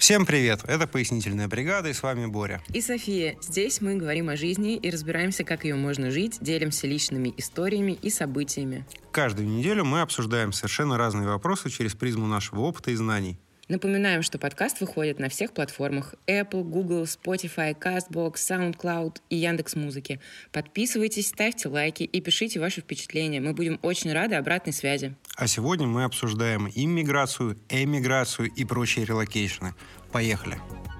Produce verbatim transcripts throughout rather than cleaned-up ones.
Всем привет! Это «Пояснительная бригада» и с вами Боря. И София. Здесь мы говорим о жизни и разбираемся, как ее можно жить, делимся личными историями и событиями. Каждую неделю мы обсуждаем совершенно разные вопросы через призму нашего опыта и знаний. Напоминаем, что подкаст выходит на всех платформах Apple, Google, Spotify, CastBox, SoundCloud и Яндекс.Музыки. Подписывайтесь, ставьте лайки и пишите ваши впечатления. Мы будем очень рады обратной связи. А сегодня мы обсуждаем иммиграцию, эмиграцию и прочие релокейшены. Поехали!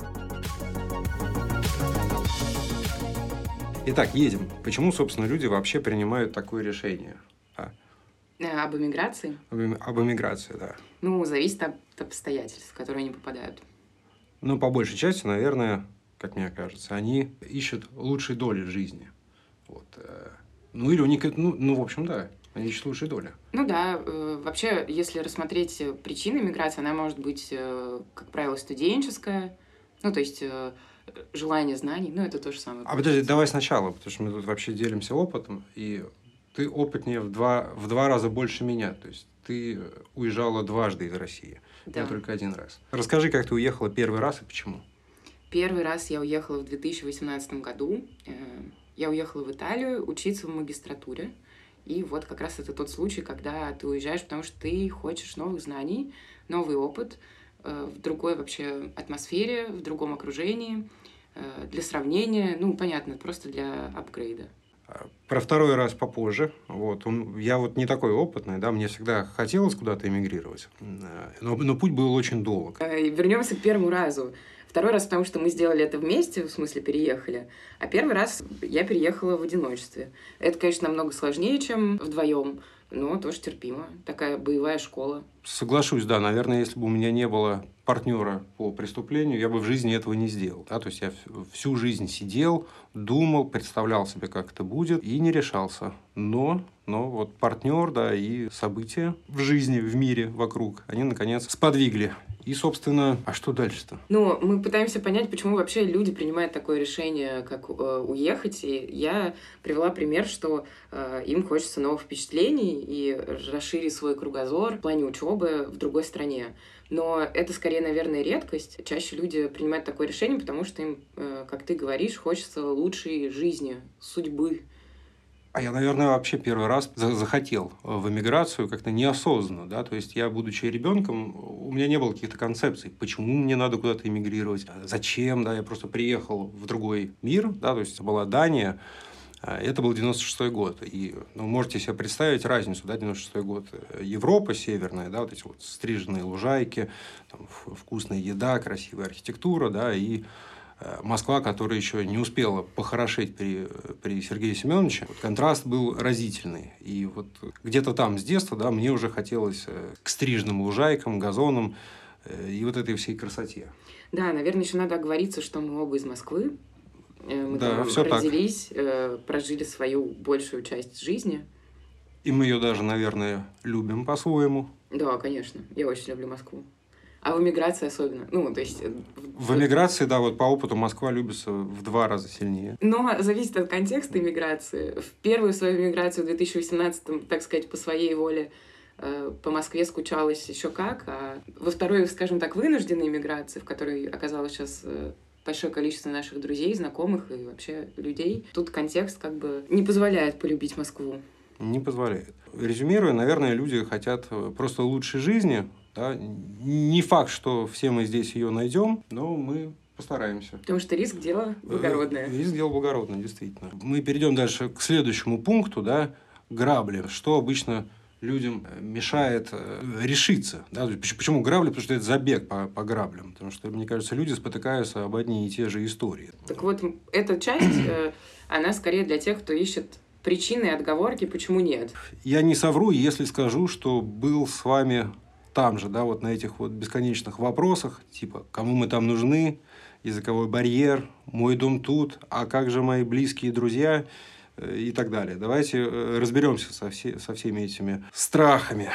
Итак, едем. Почему, собственно, люди вообще принимают такое решение? А? Об эмиграции? Об, об эмиграции, да. Ну, зависит от обстоятельств, в которые они попадают. Ну, по большей части, наверное, как мне кажется, они ищут лучшей доли жизни. Вот. Ну, или у них, ну, ну в общем, да, они ищут лучшей доли. Ну да, э, вообще, если рассмотреть причины миграции, она может быть, э, как правило, студенческая, ну, то есть э, желание знаний, ну, это то же самое. А подожди, давай сначала, потому что мы тут вообще делимся опытом, и ты опытнее в два, в два раза больше меня, то есть ты уезжала дважды из России, да. Я только один раз. Расскажи, как ты уехала первый раз и почему? Первый раз я уехала в две тысячи восемнадцатом году. Я уехала в Италию учиться в магистратуре. И вот как раз это тот случай, когда ты уезжаешь, потому что ты хочешь новых знаний, новый опыт, в другой вообще атмосфере, в другом окружении, для сравнения, ну, понятно, просто для апгрейда. Про второй раз попозже. Вот. Он, я вот не такой опытный, да, мне всегда хотелось куда-то эмигрировать, но, но путь был очень долг. Вернемся к первому разу. Второй раз, потому что мы сделали это вместе, в смысле переехали, а первый раз я переехала в одиночестве. Это, конечно, намного сложнее, чем вдвоем, но тоже терпимо. Такая боевая школа. Соглашусь, да. Наверное, если бы у меня не было партнера по преступлению, я бы в жизни этого не сделал. Да? То есть я всю жизнь сидел, думал, представлял себе, как это будет, и не решался. Но, но вот партнер, да, и события в жизни, в мире вокруг, они, наконец, сподвигли. И, собственно, а что дальше-то? Ну, мы пытаемся понять, почему вообще люди принимают такое решение, как э, уехать. И я привела пример, что э, им хочется новых впечатлений и расширить свой кругозор в плане учебы в другой стране. Но это, скорее, наверное, редкость. Чаще люди принимают такое решение, потому что им, э, как ты говоришь, хочется лучшей жизни, судьбы. А я, наверное, вообще первый раз захотел в эмиграцию как-то неосознанно, да, то есть я, будучи ребенком, у меня не было каких-то концепций, почему мне надо куда-то эмигрировать, зачем, да, я просто приехал в другой мир, да, то есть это была Дания, это был девяносто шестой год, и, ну, можете себе представить разницу, да, девяносто шестой год, Европа северная, да, вот эти вот стриженные лужайки, там, вкусная еда, красивая архитектура, да, и Москва, которая еще не успела похорошеть при, при Сергее Семеновиче, вот контраст был разительный. И вот где-то там с детства, да, мне уже хотелось к стриженным лужайкам, газонам и вот этой всей красоте. Да, наверное, еще надо оговориться, что мы оба из Москвы. Мы да, там родились, так. Прожили свою большую часть жизни. И мы ее даже, наверное, любим по-своему. Да, конечно. Я очень люблю Москву. А в эмиграции особенно. Ну, то есть... В эмиграции, да, вот по опыту Москва любится в два раза сильнее. Но зависит от контекста эмиграции. В первую свою эмиграцию в две тысячи восемнадцатом, так сказать, по своей воле по Москве скучалась еще как. А во второй, скажем так, вынужденной эмиграции, в которой оказалось сейчас большое количество наших друзей, знакомых и вообще людей, тут контекст как бы не позволяет полюбить Москву. Не позволяет. Резюмируя, наверное, люди хотят просто лучшей жизни. Да? Не факт, что все мы здесь ее найдем, но мы постараемся. Потому что риск – дело благородное. Риск – дело благородное, действительно. Мы перейдем дальше к следующему пункту, да, грабли. Что обычно людям мешает решиться. Да? Почему грабли? Потому что это забег по, по граблям. Потому что, мне кажется, люди спотыкаются об одни и те же истории. Так вот, эта часть, она скорее для тех, кто ищет причины и отговорки, почему нет. Я не совру, если скажу, что был с вами там же, да, вот на этих вот бесконечных вопросах, типа, кому мы там нужны, языковой барьер, мой дом тут, а как же мои близкие друзья и так далее. Давайте разберемся со, все, со всеми этими страхами.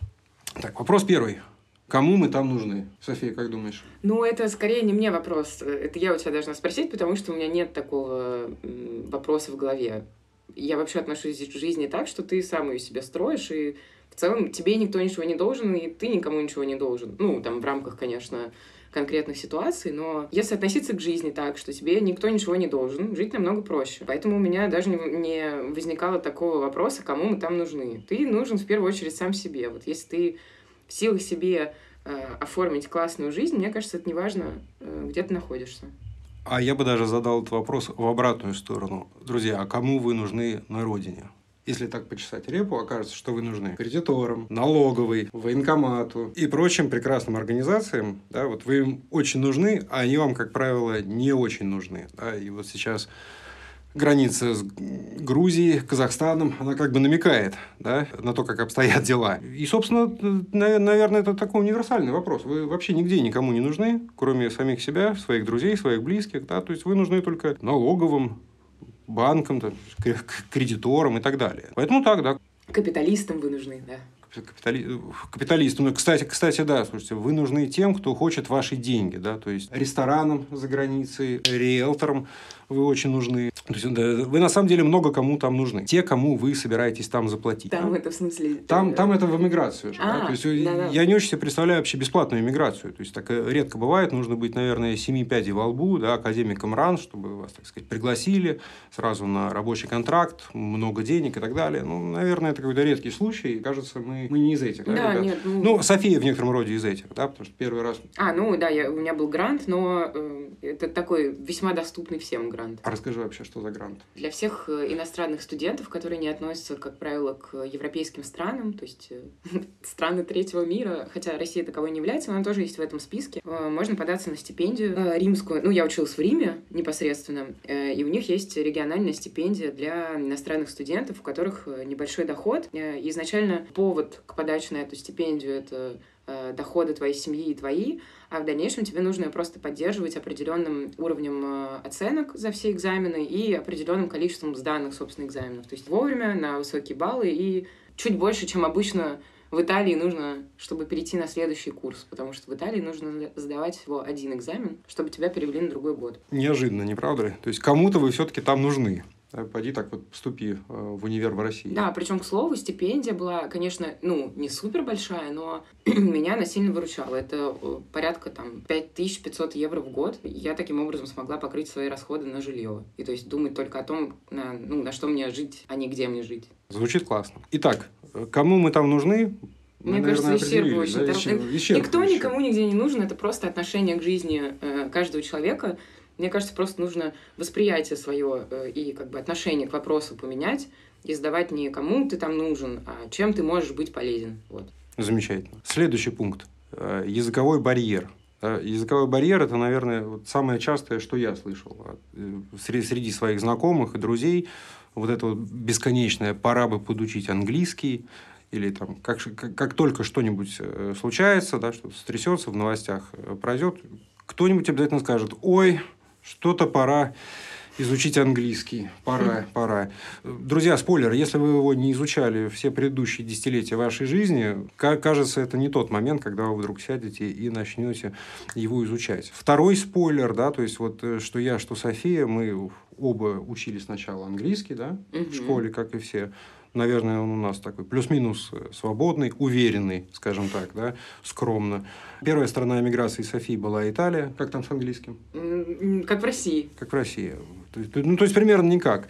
Так, вопрос первый. Кому мы там нужны? София, как думаешь? Ну, это скорее не мне вопрос. Это я у тебя должна спросить, потому что у меня нет такого вопроса в голове. Я вообще отношусь к жизни так, что ты сам ее себе строишь, и в целом тебе никто ничего не должен, и ты никому ничего не должен. Ну, там, в рамках, конечно, конкретных ситуаций, но если относиться к жизни так, что тебе никто ничего не должен, жить намного проще. Поэтому у меня даже не, не возникало такого вопроса, кому мы там нужны. Ты нужен в первую очередь сам себе. Вот если ты в силах себе э, оформить классную жизнь, мне кажется, это не важно, э, где ты находишься. А я бы даже задал этот вопрос в обратную сторону. Друзья, а кому вы нужны на родине? Если так почесать репу, окажется, что вы нужны кредиторам, налоговой, военкомату и прочим прекрасным организациям. Да, вот вы им очень нужны, а они вам, как правило, не очень нужны. Да, и вот сейчас граница с Грузией, Казахстаном, она как бы намекает, да, на то, как обстоят дела. И, собственно, наверное, это такой универсальный вопрос. Вы вообще нигде никому не нужны, кроме самих себя, своих друзей, своих близких. Да? То есть вы нужны только налоговым, банкам, кредиторам и так далее. Поэтому так, да. Капиталистам вы нужны, да. Капитали... Капиталистам. Ну, кстати, кстати, да, слушайте, вы нужны тем, кто хочет ваши деньги, да, то есть ресторанам за границей, риэлторам вы очень нужны. То есть, да, вы на самом деле много кому там нужны. Те, кому вы собираетесь там заплатить. Там да? это в смысле... Там, там это в эмиграцию же. А, да? То есть, да-да. я не очень себе представляю вообще бесплатную эмиграцию. То есть, так редко бывает. Нужно быть, наверное, семи пядей во лбу, да, академиком РАН, чтобы вас, так сказать, пригласили сразу на рабочий контракт, много денег и так далее. Ну, наверное, это какой-то редкий случай. И, кажется, мы, мы не из этих. Да, да нет. Ну... ну, София в некотором роде из этих, да, потому что первый раз... А, ну, да, я, у меня был грант, но э, это такой весьма доступный всем грант. А расскажи вообще, что за грант? Для всех иностранных студентов, которые не относятся, как правило, к европейским странам, то есть страны третьего мира, хотя Россия таковой не является, но она тоже есть в этом списке, можно податься на стипендию римскую. Ну, я училась в Риме непосредственно, и у них есть региональная стипендия для иностранных студентов, у которых небольшой доход. И изначально повод к подаче на эту стипендию — это доходы твоей семьи и твои, а в дальнейшем тебе нужно просто поддерживать определенным уровнем оценок за все экзамены и определенным количеством сданных, собственно, экзаменов. То есть вовремя, на высокие баллы и чуть больше, чем обычно в Италии нужно, чтобы перейти на следующий курс, потому что в Италии нужно сдавать всего один экзамен, чтобы тебя перевели на другой год. Неожиданно, не правда ли? То есть кому-то вы все-таки там нужны. Пойди так вот поступи в универ в России. Да, причем, к слову, стипендия была, конечно, ну, не супер большая, но меня она сильно выручала. Это порядка там пять тысяч пятьсот евро в год. Я таким образом смогла покрыть свои расходы на жилье. И то есть думать только о том, на, ну, на что мне жить, а не где мне жить. Звучит классно. Итак, кому мы там нужны? Мне мы, кажется, наверное, исчерпывающе. Да? Исчерпывающе. Никто никому нигде не нужен. Это просто отношение к жизни э, каждого человека. Мне кажется, просто нужно восприятие свое э, и как бы отношение к вопросу поменять и задавать не кому ты там нужен, а чем ты можешь быть полезен. Вот. Замечательно. Следующий пункт. Языковой барьер. Языковой барьер – это, наверное, вот самое частое, что я слышал среди своих знакомых и друзей. Вот это вот бесконечное «пора бы подучить английский». Или там, как, как, как только что-нибудь случается, да, что-то стрясется в новостях, пройдет, кто-нибудь обязательно скажет: ой, что-то пора изучить английский. Пора, пора. Друзья, спойлер, если вы его не изучали все предыдущие десятилетия вашей жизни, кажется, это не тот момент, когда вы вдруг сядете и начнете его изучать. Второй спойлер, да, то есть вот что я, что София, мы оба учили сначала английский, да, в школе, как и все. Наверное, он у нас такой плюс-минус свободный, уверенный, скажем так, да, скромно. Первая страна эмиграции Софии была Италия. Как там с английским? Как в России. Как в России. Ну, то есть, примерно никак.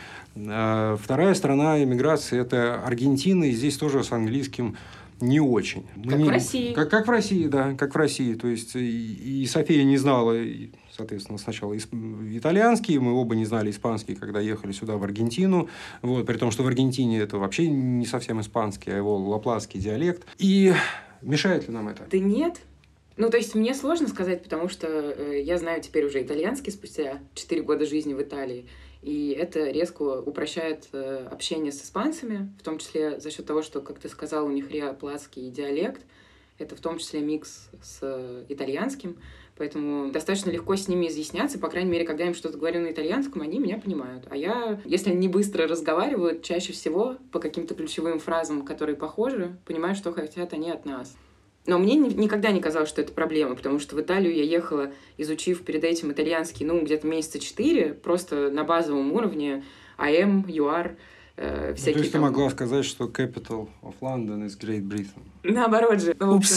А вторая страна эмиграции – это Аргентина, и здесь тоже с английским не очень. Как не... в России. Как, как в России, да, как в России. То есть, и, и София не знала, соответственно, сначала исп... итальянский, мы оба не знали испанский, когда ехали сюда, в Аргентину. Вот, при том, что в Аргентине это вообще не совсем испанский, а его лапласский диалект. И мешает ли нам это? Да нет. Ну, то есть, мне сложно сказать, потому что э, я знаю теперь уже итальянский спустя четыре года жизни в Италии. И это резко упрощает э, общение с испанцами, в том числе за счет того, что, как ты сказал, у них риоплатский диалект. Это в том числе микс с э, итальянским. Поэтому достаточно легко с ними изъясняться. По крайней мере, когда я им что-то говорю на итальянском, они меня понимают. А я, если они быстро разговаривают, чаще всего по каким-то ключевым фразам, которые похожи, понимаю, что хотят они от нас. Но мне никогда не казалось, что это проблема, потому что в Италию я ехала, изучив перед этим итальянский, ну, где-то месяца четыре, просто на базовом уровне I am, you are, э, всякие. Ну, то есть там... ты могла сказать, что capital of London is Great Britain? Наоборот же. Ну, в общем,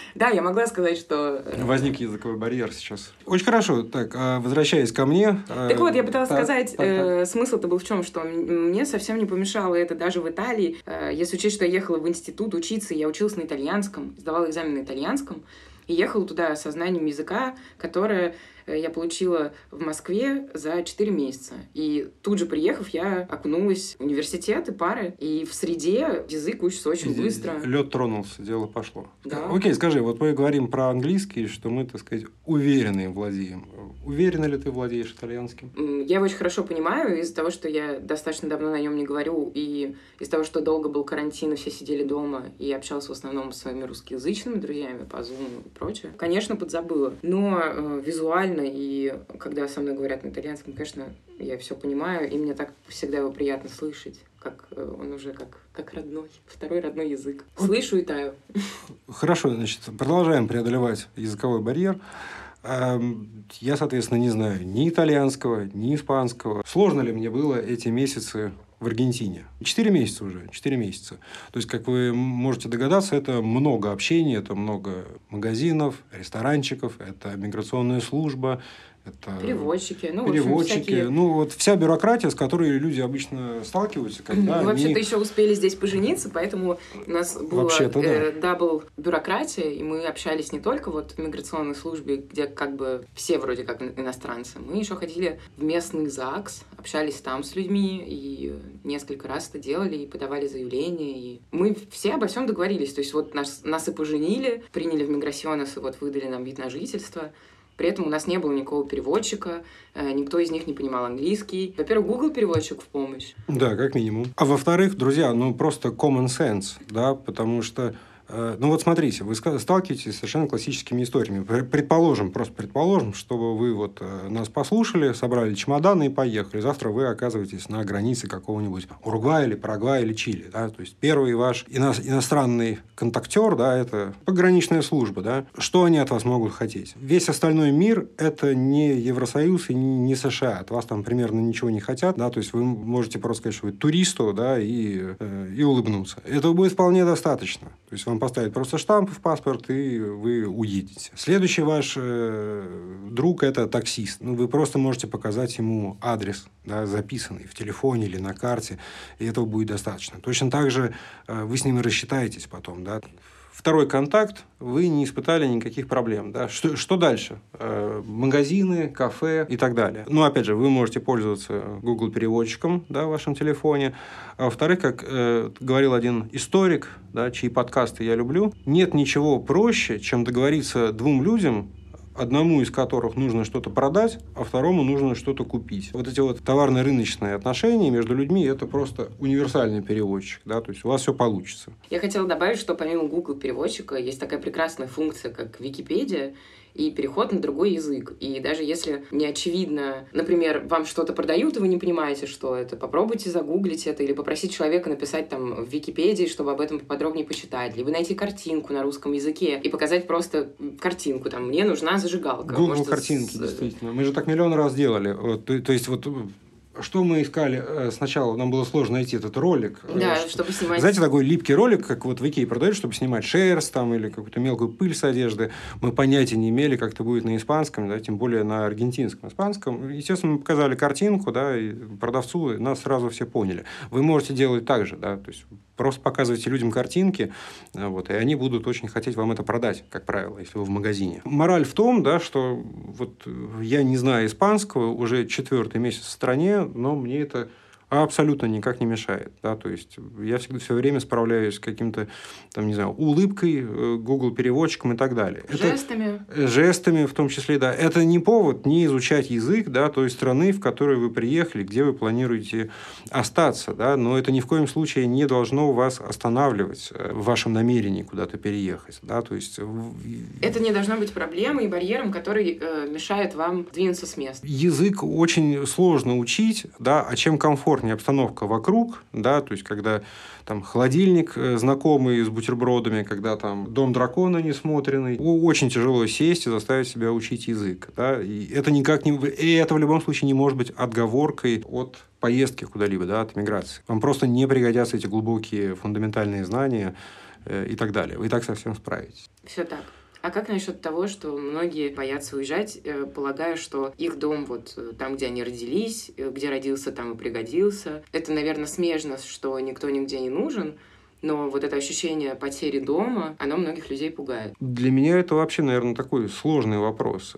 Да, я могла сказать, что... Возник языковой барьер сейчас. Очень хорошо. Так, возвращаясь ко мне... Так вот, я пыталась так, сказать, так, э, так. смысл-то был в чем, что мне совсем не помешало это даже в Италии. Э, если учесть, что я ехала в институт учиться, я училась на итальянском, сдавала экзамен на итальянском, и ехала туда со знанием языка, которое я получила в Москве за четыре месяца. И тут же, приехав, я окунулась в университет и пары, и в среде язык учится очень быстро. Лед тронулся, дело пошло. Да. Окей, скажи, вот мы говорим про английский, что мы, так сказать, уверенно им владеем. Уверена ли ты владеешь итальянским? Я его очень хорошо понимаю из-за того, что я достаточно давно на нем не говорю, и из-за того, что долго был карантин, и все сидели дома, и общалась в основном со своими русскоязычными друзьями по Zoom и прочее. Конечно, подзабыла. Но э, визуально и когда со мной говорят на итальянском, конечно, я все понимаю, и мне так всегда его приятно слышать, как он уже как, как родной, второй родной язык. Слышу и таю. Хорошо, значит, продолжаем преодолевать языковой барьер. Я, соответственно, не знаю ни итальянского, ни испанского. Сложно ли мне было эти месяцы в Аргентине? Четыре месяца уже, четыре месяца. То есть, как вы можете догадаться, это много общения, это много магазинов, ресторанчиков, это миграционная служба, это переводчики, ну, переводчики. В общем, всякие... Ну, вот вся бюрократия, с которой люди обычно сталкиваются, когда Мы они... вообще-то еще успели здесь пожениться, поэтому у нас была э, да. дабл бюрократия, и мы общались не только вот в миграционной службе, где как бы все вроде как иностранцы, мы еще ходили в местный ЗАГС, общались там с людьми, и несколько раз это делали, и подавали заявления, и мы все обо всем договорились. То есть вот нас, нас и поженили, приняли в Миграсионес, и вот выдали нам вид на жительство. При этом у нас не было никакого переводчика, никто из них не понимал английский. Во-первых, Google переводчик в помощь. Да, как минимум. А во-вторых, друзья, ну просто common sense, да, потому что ну вот смотрите, вы сталкиваетесь с совершенно классическими историями. Предположим, просто предположим, что вы вот нас послушали, собрали чемоданы и поехали. Завтра вы оказываетесь на границе какого-нибудь Уругвая или Парагвая или Чили. Да? То есть первый ваш ино- иностранный контактер, да, это пограничная служба. Да? Что они от вас могут хотеть? Весь остальной мир – это не Евросоюз и не США. От вас там примерно ничего не хотят. Да? То есть вы можете просто сказать, что вы туристу, да, и, и улыбнуться. Этого будет вполне достаточно. То есть вам поставить просто штамп в паспорт, и вы уедете. Следующий ваш э, друг – это таксист. Ну, вы просто можете показать ему адрес, да, записанный в телефоне или на карте, и этого будет достаточно. Точно так же э, вы с ним рассчитаетесь потом, да. Второй контакт, вы не испытали никаких проблем. Да? Что, что дальше? Э, магазины, кафе и так далее. Ну, опять же, вы можете пользоваться Google переводчиком, да, в вашем телефоне. А во-вторых, как э, говорил один историк, да, чьи подкасты я люблю, нет ничего проще, чем договориться двум людям, одному из которых нужно что-то продать, а второму нужно что-то купить. Вот эти вот товарно-рыночные отношения между людьми – это просто универсальный переводчик. Да? То есть у вас все получится. Я хотела добавить, что помимо Google переводчика есть такая прекрасная функция, как Википедия, и переход на другой язык. И даже если не очевидно, например, вам что-то продают, и вы не понимаете, что это, попробуйте загуглить это или попросить человека написать там в Википедии, чтобы об этом поподробнее почитать, либо найти картинку на русском языке и показать просто картинку, там, мне нужна зажигалка. Google Может, картинки, с... действительно. Мы же так миллион раз делали. Вот, то, то есть, вот... Что мы искали сначала? Нам было сложно найти этот ролик. Да, что... чтобы снимать... Знаете, такой липкий ролик, как вот в Икее продают, чтобы снимать шерсть там, или какую-то мелкую пыль с одежды. Мы понятия не имели, как это будет на испанском, да, тем более на аргентинском. Испанском. Естественно, мы показали картинку, да, и продавцу, и нас сразу все поняли. Вы можете делать так же, да, то есть просто показывайте людям картинки, вот, и они будут очень хотеть вам это продать, как правило, если вы в магазине. Мораль в том, да, что вот я не знаю испанского, уже четвертый месяц в стране, но мне это абсолютно никак не мешает. Да? То есть я всегда все время справляюсь с каким-то, там, не знаю, улыбкой, Google переводчиком и так далее. Жестами. Это, жестами в том числе, да. Это не повод не изучать язык, да, той страны, в которую вы приехали, где вы планируете остаться. Да? Но это ни в коем случае не должно вас останавливать в вашем намерении куда-то переехать. Да? То есть... Это не должно быть проблемой и барьером, который э, мешает вам двинуться с места. Язык очень сложно учить, да, а чем комфортнее обстановка вокруг, да, то есть когда там холодильник знакомый с бутербродами, когда там дом дракона несмотренный, очень тяжело сесть и заставить себя учить язык, да, и это никак не, и это в любом случае не может быть отговоркой от поездки куда-либо, да, от миграции. Вам просто не пригодятся эти глубокие фундаментальные знания и так далее. Вы и так совсем справитесь. Все так. А как насчет того, что многие боятся уезжать, полагая, что их дом вот там, где они родились, где родился, там и пригодился. Это, наверное, смежно, что никто нигде не нужен, но вот это ощущение потери дома, оно многих людей пугает. Для меня это вообще, наверное, такой сложный вопрос.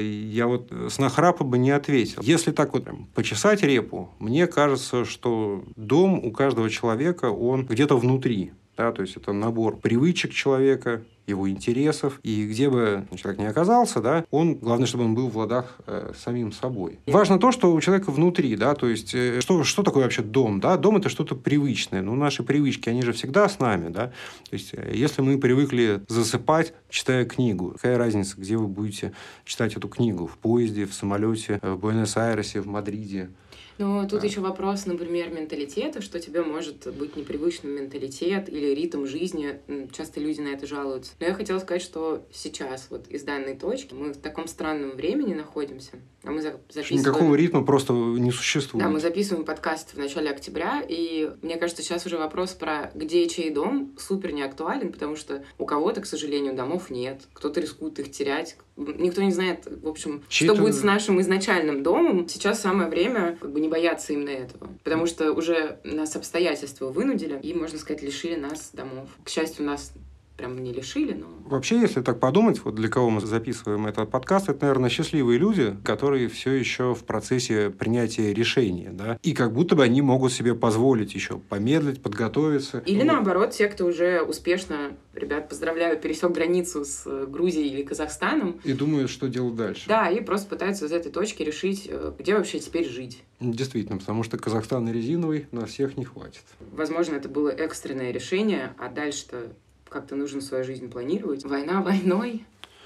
Я вот с нахрапа бы не ответил. Если так вот прям почесать репу, мне кажется, что дом у каждого человека, он где-то внутри. Да, то есть это набор привычек человека, его интересов. И где бы человек ни оказался, да, он, главное, чтобы он был в ладах э, самим собой. Важно то, что у человека внутри, да, то есть э, что, что такое вообще дом? Да? Дом – это что-то привычное. Ну, наши привычки, они же всегда с нами. Да? То есть э, если мы привыкли засыпать, читая книгу, какая разница, где вы будете читать эту книгу? В поезде, в самолете, в Буэнос-Айресе, в Мадриде? Но тут а. еще вопрос, например, менталитета, что тебе может быть непривычным менталитет или ритм жизни. Часто люди на это жалуются. Но я хотела сказать, что сейчас, вот из данной точки, мы в таком странном времени находимся. А мы записываем... Никакого ритма просто не существует. Да, мы записываем подкаст в начале октября, и мне кажется, сейчас уже вопрос про где и чей дом супер не актуален, потому что у кого-то, к сожалению, домов нет, кто-то рискует их терять. Никто не знает, в общем, Чей-то... что будет с нашим изначальным домом. Сейчас самое время как бы не бояться именно этого, потому что уже нас обстоятельства вынудили и, можно сказать, лишили нас домов. К счастью, нас прям не лишили, но... Вообще, если так подумать, вот для кого мы записываем этот подкаст, это, наверное, счастливые люди, которые все еще в процессе принятия решения, да, и как будто бы они могут себе позволить еще помедлить, подготовиться. Или вот. Наоборот, те, кто уже успешно, ребят, поздравляю, пересек границу с Грузией или Казахстаном. И думают, что делать дальше. Да, и просто пытаются из этой точки решить, где вообще теперь жить. Действительно, потому что Казахстан резиновый, на всех не хватит. Возможно, это было экстренное решение, а дальше-то как-то нужно свою жизнь планировать. Война войной,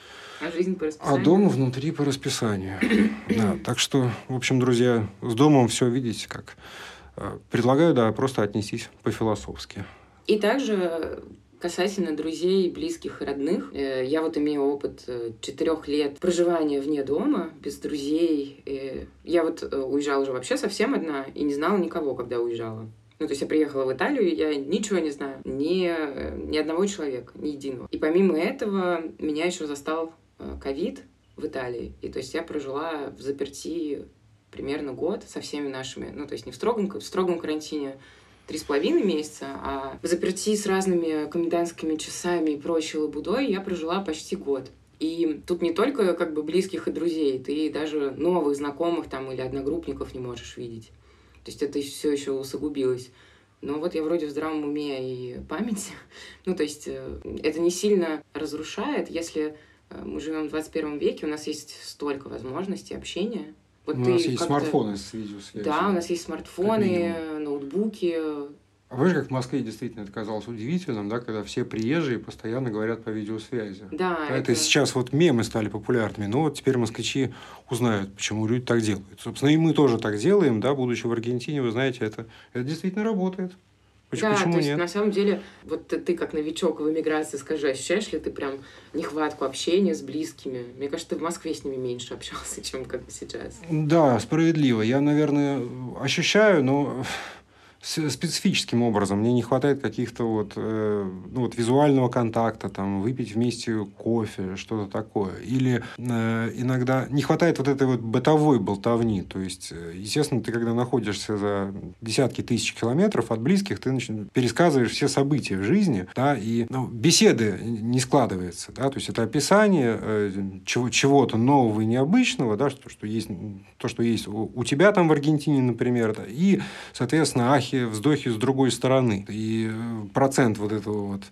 а жизнь по расписанию. А дом внутри по расписанию. Да, так что, в общем, друзья, с домом все видите как. Предлагаю, да, просто отнестись по-философски. И также касательно друзей, близких и родных. Я вот имею опыт четырех лет проживания вне дома, без друзей. Я вот уезжала уже вообще совсем одна и не знала никого, когда уезжала. Ну, то есть я приехала в Италию, я ничего не знаю, ни, ни одного человека, ни единого. И помимо этого меня еще застал ковид в Италии. И то есть я прожила в заперти примерно год со всеми нашими, ну, то есть не в строгом, в строгом карантине три с половиной месяца, а в заперти с разными комендантскими часами и прочей лабудой я прожила почти год. И тут не только как бы близких и друзей, ты даже новых знакомых там или одногруппников не можешь видеть. То есть это все еще усугубилось. Но вот я вроде в здравом уме и памяти. Ну, то есть это не сильно разрушает, если мы живем в двадцать первом веке, у нас есть столько возможностей общения. Вот у нас есть смартфоны с видеосвязью. Да, у нас есть смартфоны, ноутбуки. А вы же, как в Москве действительно это казалось удивительным, да, когда все приезжие постоянно говорят по видеосвязи. Да, это... это сейчас вот мемы стали популярными, но вот теперь москвичи узнают, почему люди так делают. Собственно, и мы тоже так делаем, да, будучи в Аргентине, вы знаете, это, это действительно работает. Почему, да, почему то есть, нет? На самом деле, вот ты, ты как новичок в эмиграции, скажи, ощущаешь ли ты прям нехватку общения с близкими? Мне кажется, ты в Москве с ними меньше общался, чем как сейчас. Да, справедливо. Я, наверное, ощущаю, но... специфическим образом. Мне не хватает каких-то вот, э, ну, вот визуального контакта, там, выпить вместе кофе, что-то такое. Или э, иногда не хватает вот этой вот бытовой болтовни. То есть, естественно, ты когда находишься за десятки тысяч километров от близких, ты значит, пересказываешь все события в жизни, да, и ну, беседы не складывается. Да, то есть, это описание э, чего- чего-то нового и необычного, да, что, что есть, то, что есть у, у тебя там в Аргентине, например, да, и, соответственно, ахи, вздохи с другой стороны. И процент вот этого вот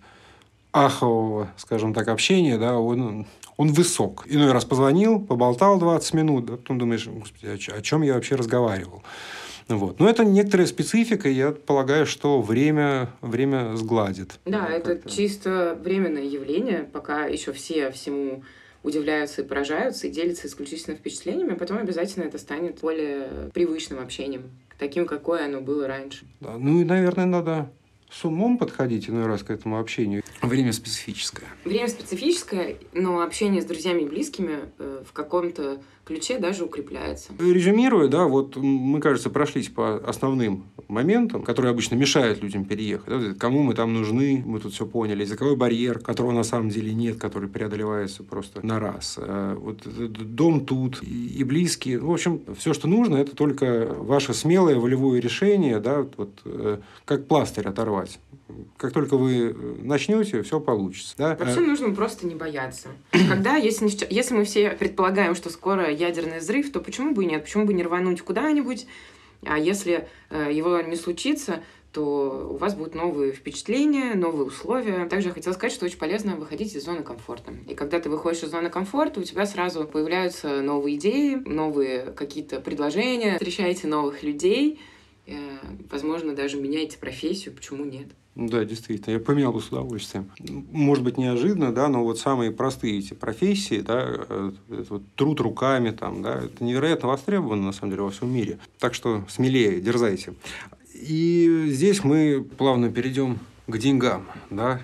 ахового, скажем так, общения, да, он, он высок. Иной раз позвонил, поболтал двадцать минут, да, потом думаешь, господи, о чем я вообще разговаривал? Вот. Но это некоторая специфика, и я полагаю, что время, время сгладит. Да, это как-то чисто временное явление, пока еще все всему удивляются и поражаются, и делятся исключительно впечатлениями, а потом обязательно это станет более привычным общением, таким, какое оно было раньше. Да, ну и, наверное, надо с умом подходить иной раз к этому общению. Время специфическое. Время специфическое, но общение с друзьями и близкими э, в каком-то ключе даже укрепляется. Резюмируя, да, вот мы, кажется, прошлись по основным моментам, которые обычно мешают людям переехать. Да, кому мы там нужны, мы тут все поняли. Языковой барьер, которого на самом деле нет, который преодолевается просто на раз. Вот дом тут и близкие. В общем, все, что нужно, это только ваше смелое волевое решение, да, вот, как пластырь оторвать. Как только вы начнете, все получится. Да? Вообще нужно просто не бояться. Когда, если, если мы все предполагаем, что скоро ядерный взрыв, то почему бы и нет? Почему бы не рвануть куда-нибудь? А если э, его не случится, то у вас будут новые впечатления, новые условия. Также я хотела сказать, что очень полезно выходить из зоны комфорта. И когда ты выходишь из зоны комфорта, у тебя сразу появляются новые идеи, новые какие-то предложения, встречаете новых людей, э, возможно, даже меняете профессию, почему нет? Да, действительно, я поменял бы с удовольствием. Может быть, неожиданно, да, но вот самые простые эти профессии, да, вот труд руками, там, да, это невероятно востребовано, на самом деле, во всем мире. Так что смелее, дерзайте. И здесь мы плавно перейдем к деньгам, да.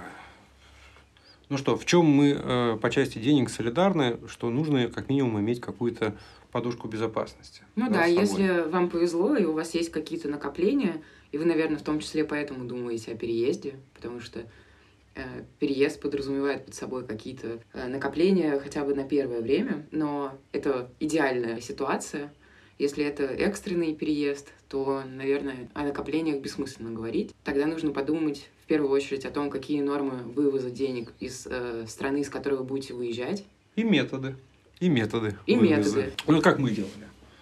Ну что, в чем мы по части денег солидарны, что нужно как минимум иметь какую-то подушку безопасности. Ну да, да если вам повезло, и у вас есть какие-то накопления, и вы, наверное, в том числе поэтому думаете о переезде, потому что э, переезд подразумевает под собой какие-то э, накопления хотя бы на первое время, но это идеальная ситуация. Если это экстренный переезд, то, наверное, о накоплениях бессмысленно говорить. Тогда нужно подумать в первую очередь о том, какие нормы вывоза денег из э, страны, из которой вы будете выезжать. И методы. И методы. И вывоза. методы. Ну, как мы делали?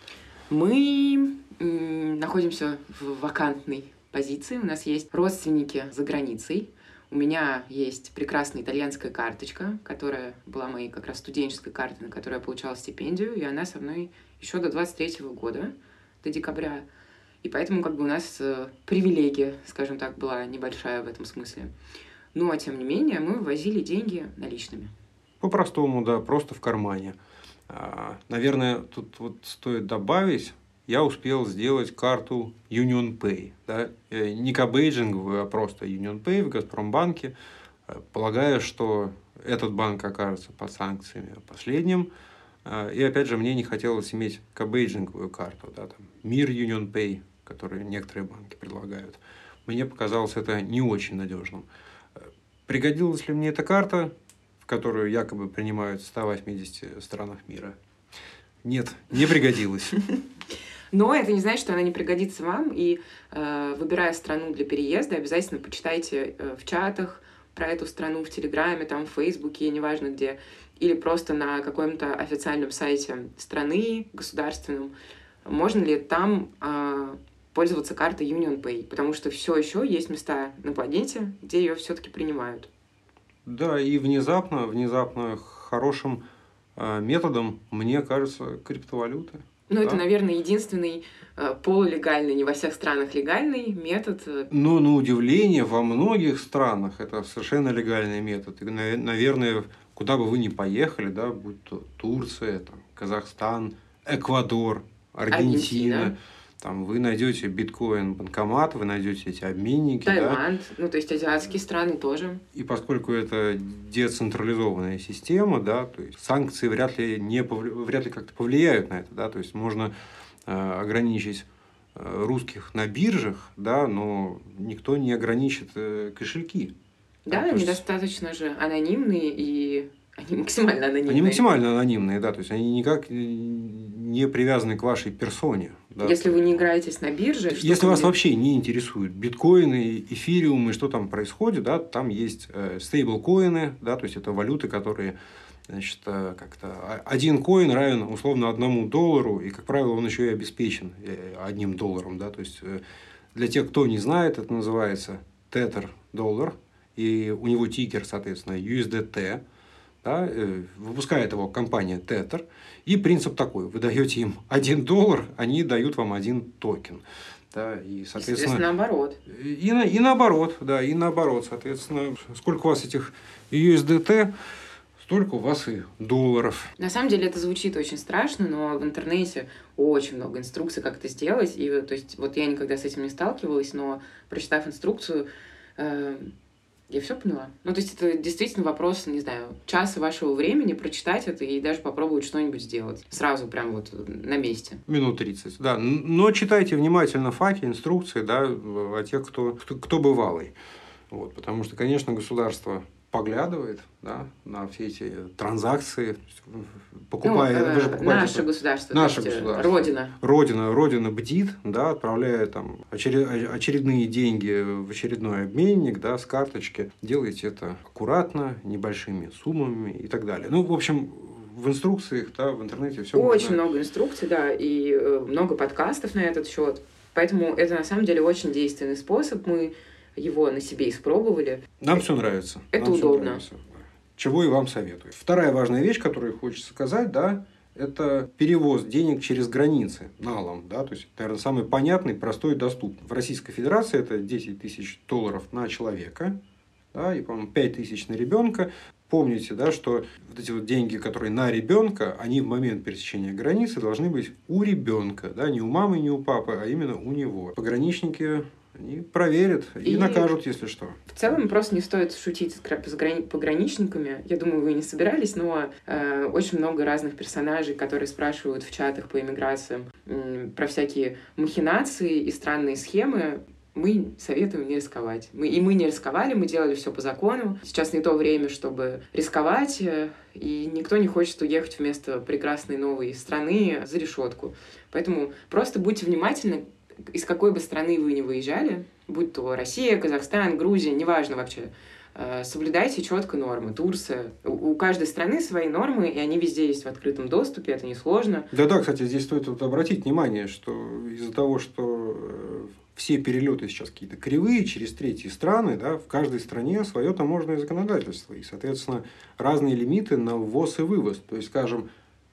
Мы м- находимся в вакантной позиции. У нас есть родственники за границей. У меня есть прекрасная итальянская карточка, которая была моей как раз студенческой картой, на которой я получала стипендию, и она со мной еще до двадцать третьего года, до декабря. И поэтому как бы у нас э, привилегия, скажем так, была небольшая в этом смысле. Но, тем не менее, мы вывозили деньги наличными. По-простому, да, просто в кармане. А, наверное, тут вот стоит добавить, я успел сделать карту UnionPay. Да? Не кабейджинговую, а просто UnionPay в Газпромбанке, полагая, что этот банк окажется под санкциями последним. И опять же, мне не хотелось иметь кабейджинговую карту, да, там, Мир UnionPay, которые некоторые банки предлагают. Мне показалось это не очень надежным. Пригодилась ли мне эта карта, в которую якобы принимают в ста восьмидесяти странах мира? Нет, не пригодилась. Но это не значит, что она не пригодится вам. И э, выбирая страну для переезда, обязательно почитайте э, в чатах про эту страну, в Телеграме, там, в Фейсбуке, неважно где, или просто на каком-то официальном сайте страны государственном, можно ли там э, пользоваться картой UnionPay, потому что все еще есть места на планете, где ее все-таки принимают. Да, и внезапно, внезапно хорошим э, методом, мне кажется, криптовалюты. Ну, да? это, наверное, единственный э, полулегальный, не во всех странах легальный метод. Но, на удивление, во многих странах это совершенно легальный метод. И, наверное, куда бы вы ни поехали, да, будь то Турция, там, Казахстан, Эквадор, Аргентина, Аргентина. Там вы найдете биткоин-банкомат, вы найдете эти обменники. Таиланд, да? ну то есть азиатские страны тоже. И поскольку это децентрализованная система, да, то есть санкции вряд ли, не повли... вряд ли как-то повлияют на это. Да? То есть можно э, ограничить э, русских на биржах, да, но никто не ограничит э, кошельки. Да, да они есть... достаточно же анонимные и... Они максимально анонимные. Они максимально анонимные, да, то есть они никак не привязаны к вашей персоне. Да. Если вы не играетесь на бирже... Если вас вообще не интересуют биткоины, эфириумы, что там происходит, да, там есть стейблкоины, да, то есть это валюты, которые, значит, как-то... Один коин равен условно одному доллару, и, как правило, он еще и обеспечен одним долларом, да, то есть для тех, кто не знает, это называется тетер доллар, и у него тикер, соответственно, ю эс ди ти. Да, выпускает его компания Tether. И принцип такой. Вы даете им один доллар, они дают вам один токен. Да, и, соответственно, наоборот. И, на, и наоборот. Да, и наоборот. Соответственно, сколько у вас этих ю эс ди ти, столько у вас и долларов. На самом деле это звучит очень страшно, но в интернете очень много инструкций, как это сделать. И, то есть, вот я никогда с этим не сталкивалась, но прочитав инструкцию, э, Я все поняла. Ну, то есть это действительно вопрос, не знаю, часа вашего времени прочитать это и даже попробовать что-нибудь сделать. Сразу прям вот на месте. Минут тридцать, да. Но читайте внимательно факи, инструкции, да, о тех, кто, кто, кто бывалый. Вот, потому что, конечно, государство поглядывает, да, на все эти транзакции, покупая... Ну, э, вы же покупаете, наше государство, наше то есть, государство. Родина. Родина, Родина бдит, да, отправляя там очеред, очередные деньги в очередной обменник, да, с карточки. Делайте это аккуратно, небольшими суммами и так далее. Ну, в общем, в инструкциях, да, в интернете все Очень можно... много инструкций, да, и э, много подкастов на этот счет. Поэтому это на самом деле очень действенный способ. Мы его на себе испробовали. Нам все нравится. Это Нам удобно. Все нравится. Чего и вам советую. Вторая важная вещь, которую хочется сказать, да, это перевоз денег через границы налом, да, то есть, наверное, самый понятный, простой и доступный. В Российской Федерации это десять тысяч долларов на человека, да, и, по-моему, пять тысяч на ребенка. Помните, да, что вот эти вот деньги, которые на ребенка, они в момент пересечения границы должны быть у ребенка, да, не у мамы, не у папы, а именно у него. Пограничники они проверят и, и накажут, если что. В целом просто не стоит шутить с пограничниками. Я думаю, вы не собирались, но э, очень много разных персонажей, которые спрашивают в чатах по иммиграциям э, про всякие махинации и странные схемы. Мы советуем не рисковать. Мы, и мы не рисковали, мы делали все по закону. Сейчас не то время, чтобы рисковать, и никто не хочет уехать вместо прекрасной новой страны за решетку. Поэтому просто будьте внимательны, из какой бы страны вы ни выезжали, будь то Россия, Казахстан, Грузия, неважно вообще, соблюдайте четко нормы. Турция. У каждой страны свои нормы, и они везде есть в открытом доступе, это несложно. Да-да, кстати, здесь стоит вот обратить внимание, что из-за того, что все перелеты сейчас какие-то кривые через третьи страны, да, в каждой стране свое таможенное законодательство. И, соответственно, разные лимиты на ввоз и вывоз. То есть, скажем,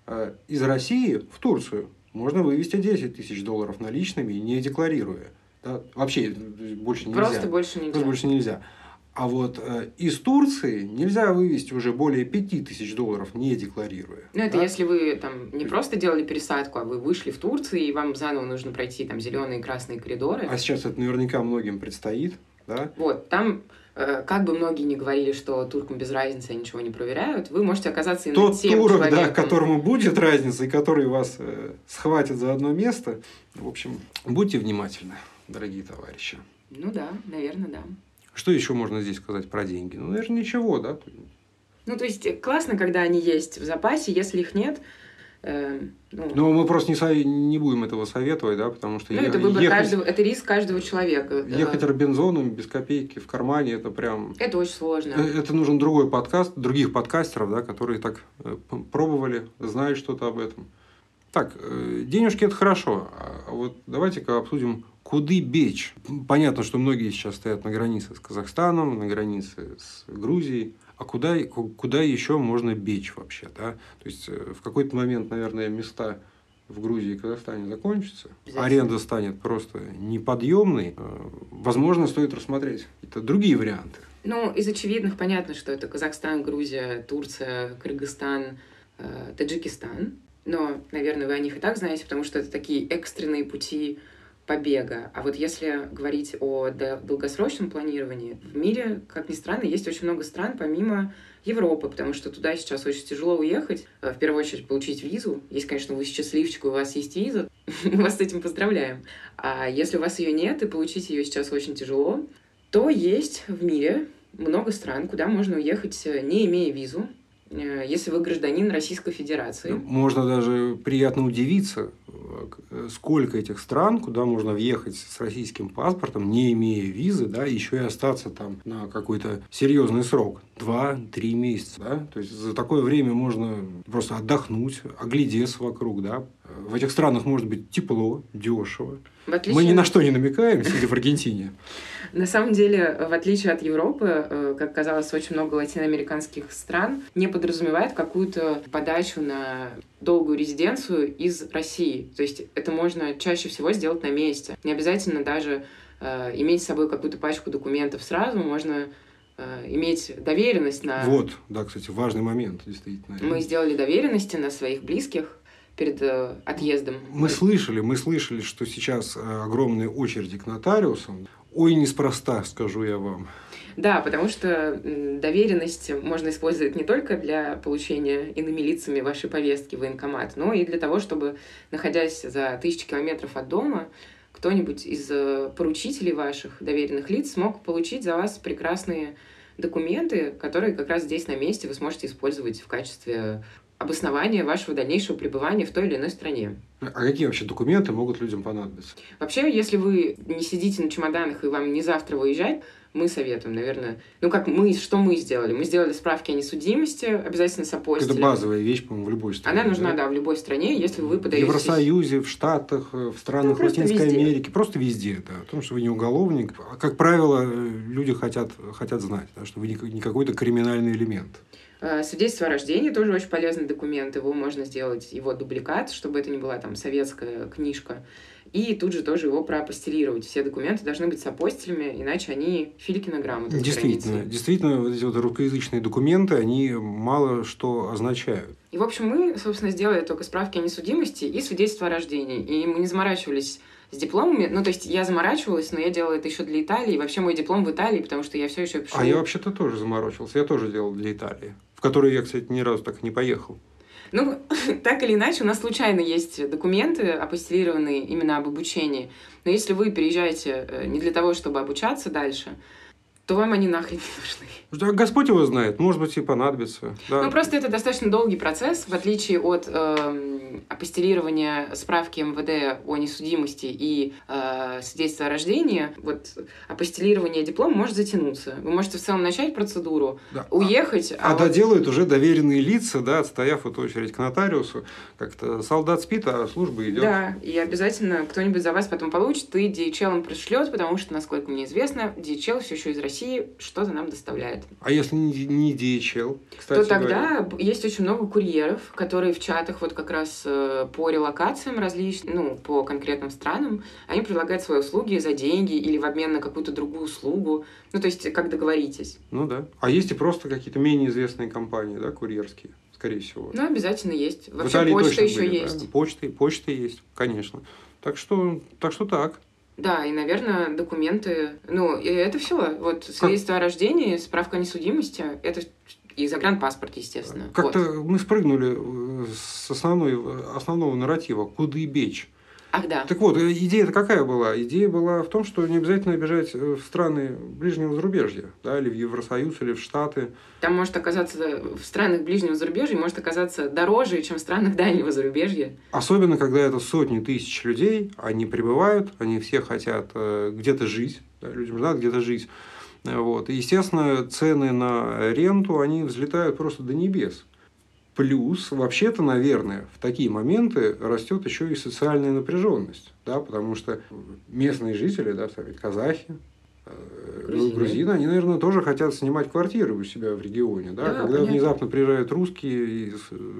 из России в Турцию можно вывести десять тысяч долларов наличными, не декларируя. Да? Вообще больше нельзя. Просто больше нельзя. Просто больше нельзя. А вот э, из Турции нельзя вывести уже более пяти тысяч долларов, не декларируя. Ну, это да? если вы там не просто делали пересадку, а вы вышли в Турцию, и вам заново нужно пройти там зеленые и красные коридоры. А сейчас это наверняка многим предстоит, да? Вот, там, э, как бы многие ни говорили, что туркам без разницы, они ничего не проверяют, вы можете оказаться именно Тот тем турок, человеком. да, которому будет разница, и который вас э, схватит за одно место. В общем, будьте внимательны, дорогие товарищи. Ну да, наверное, да. Что еще можно здесь сказать про деньги? Ну, наверное, ничего, да? Ну, то есть, классно, когда они есть в запасе, если их нет... Э, ну... Но мы просто не, со... не будем этого советовать, да, потому что... Ну, е... это выбор ехать... каждого, это риск каждого человека. Ехать Робинзоном без копейки в кармане, это прям... Это очень сложно. Это нужен другой подкаст, других подкастеров, да, которые так пробовали, знают что-то об этом. Так, денежки – это хорошо, а вот давайте-ка обсудим, куда бечь. Понятно, что многие сейчас стоят на границе с Казахстаном, на границе с Грузией. А куда, куда еще можно бечь вообще? Да? То есть, в какой-то момент, наверное, места в Грузии и Казахстане закончатся. Аренда станет просто неподъемной. Возможно, стоит рассмотреть какие-то другие варианты. Ну, из очевидных понятно, что это Казахстан, Грузия, Турция, Кыргызстан, Таджикистан. Но, наверное, вы о них и так знаете, потому что это такие экстренные пути побега. А вот если говорить о долгосрочном планировании, в мире, как ни странно, есть очень много стран помимо Европы, потому что туда сейчас очень тяжело уехать. В первую очередь получить визу. Если, конечно, вы счастливчик, у вас есть виза, мы вас с этим поздравляем. А если у вас ее нет, и получить ее сейчас очень тяжело, то есть в мире много стран, куда можно уехать, не имея визу, если вы гражданин Российской Федерации. Можно даже приятно удивиться, сколько этих стран, куда можно въехать с российским паспортом, не имея визы, да, еще и остаться там на какой-то серьезный срок. Два-три месяца. Да? То есть за такое время можно просто отдохнуть, оглядеться вокруг. Да? В этих странах может быть тепло, дешево. Отличие... Мы ни на что не намекаем, сидя в Аргентине. На самом деле, в отличие от Европы, как казалось, очень много латиноамериканских стран не подразумевает какую-то подачу на долгую резиденцию из России. То есть это можно чаще всего сделать на месте. Не обязательно даже э, иметь с собой какую-то пачку документов сразу, можно э, иметь доверенность на... Вот, да, кстати, важный момент, действительно. Мы сделали доверенности на своих близких перед отъездом. Мы слышали, мы слышали, что сейчас огромные очереди к нотариусам. Ой, неспроста, скажу я вам. Да, потому что доверенность можно использовать не только для получения иными лицами вашей повестки в военкомат, но и для того, чтобы, находясь за тысячи километров от дома, кто-нибудь из поручителей ваших доверенных лиц смог получить за вас прекрасные документы, которые как раз здесь на месте вы сможете использовать в качестве обоснования вашего дальнейшего пребывания в той или иной стране. А какие вообще документы могут людям понадобиться? Вообще, если вы не сидите на чемоданах и вам не завтра выезжать, мы советуем, наверное... Ну, как мы, что мы сделали? Мы сделали справки о несудимости, обязательно с апостилем. Это базовая вещь, по-моему, в любой стране. Она нужна, да, да в любой стране, если вы подаетесь... В Евросоюзе, в Штатах, в странах да, Латинской везде. Америки. Просто везде, да. Потому что вы не уголовник. А, как правило, люди хотят, хотят знать, да, что вы не какой-то криминальный элемент. Свидетельство о рождении тоже очень полезный документ. Его можно сделать, его дубликат, чтобы это не была там советская книжка. И тут же тоже его проапостилировать. Все документы должны быть с апостилями, иначе они Филькина грамота. Действительно, действительно, вот эти вот русскоязычные документы, они мало что означают. И, в общем, мы, собственно, сделали только справки о несудимости и свидетельство о рождении. И мы не заморачивались с дипломами. Ну, то есть я заморачивалась, но я делала это еще для Италии. И вообще мой диплом в Италии, потому что я все еще пишу... А я вообще-то тоже заморачивался. Я тоже делал для Италии, в которую я, кстати, ни разу так и не поехал. Ну, так или иначе, у нас случайно есть документы, апостилированные именно об обучении. Но если вы переезжаете не для того, чтобы обучаться дальше, то вам они нахрен не нужны. Господь его знает, может быть, и понадобится. Да. Ну, просто это достаточно долгий процесс, в отличие от э, апостилирования справки эм вэ дэ о несудимости и э, свидетельства о рождении. Вот апостилирование диплома может затянуться. Вы можете в целом начать процедуру, да. уехать... А, а вот... доделают уже доверенные лица, да, отстояв вот очередь к нотариусу. Как-то солдат спит, а служба идет. Да, и обязательно кто-нибудь за вас потом получит, и ди эйч эл пришлет, потому что, насколько мне известно, ди эйч эл все еще из России что-то нам доставляет. А если не ди эйч эл, кстати то тогда говоря? Есть очень много курьеров, которые в чатах вот как раз по релокациям различным, ну, по конкретным странам, они предлагают свои услуги за деньги или в обмен на какую-то другую услугу. Ну, то есть, как договоритесь. Ну да. А есть и просто какие-то менее известные компании, да, курьерские, скорее всего. Ну, обязательно есть. В Вообще Италии почта еще были, есть. Да? Почта, почта есть, конечно. Так что, так что так. Да, и, наверное, документы... Ну, и это все. Вот свидетельство о рождении, справка о несудимости, это и загранпаспорт, естественно. Как-то вот. Мы спрыгнули с основной, основного нарратива «Куды бечь?». Ах, да. Так вот, идея-то какая была? Идея была в том, что не обязательно бежать в страны ближнего зарубежья, да, или в Евросоюз, или в Штаты. Там может оказаться, в странах ближнего зарубежья может оказаться дороже, чем в странах дальнего зарубежья. Особенно, когда это сотни тысяч людей, они прибывают, они все хотят где-то жить, да, людям надо где-то жить. Вот. И, естественно, цены на ренту, они взлетают просто до небес. Плюс, вообще-то, наверное, в такие моменты растет еще и социальная напряженность, да, потому что местные жители, да, казахи, грузины. грузины, они, наверное, тоже хотят снимать квартиры у себя в регионе, да, да когда понятно. Внезапно приезжают русские и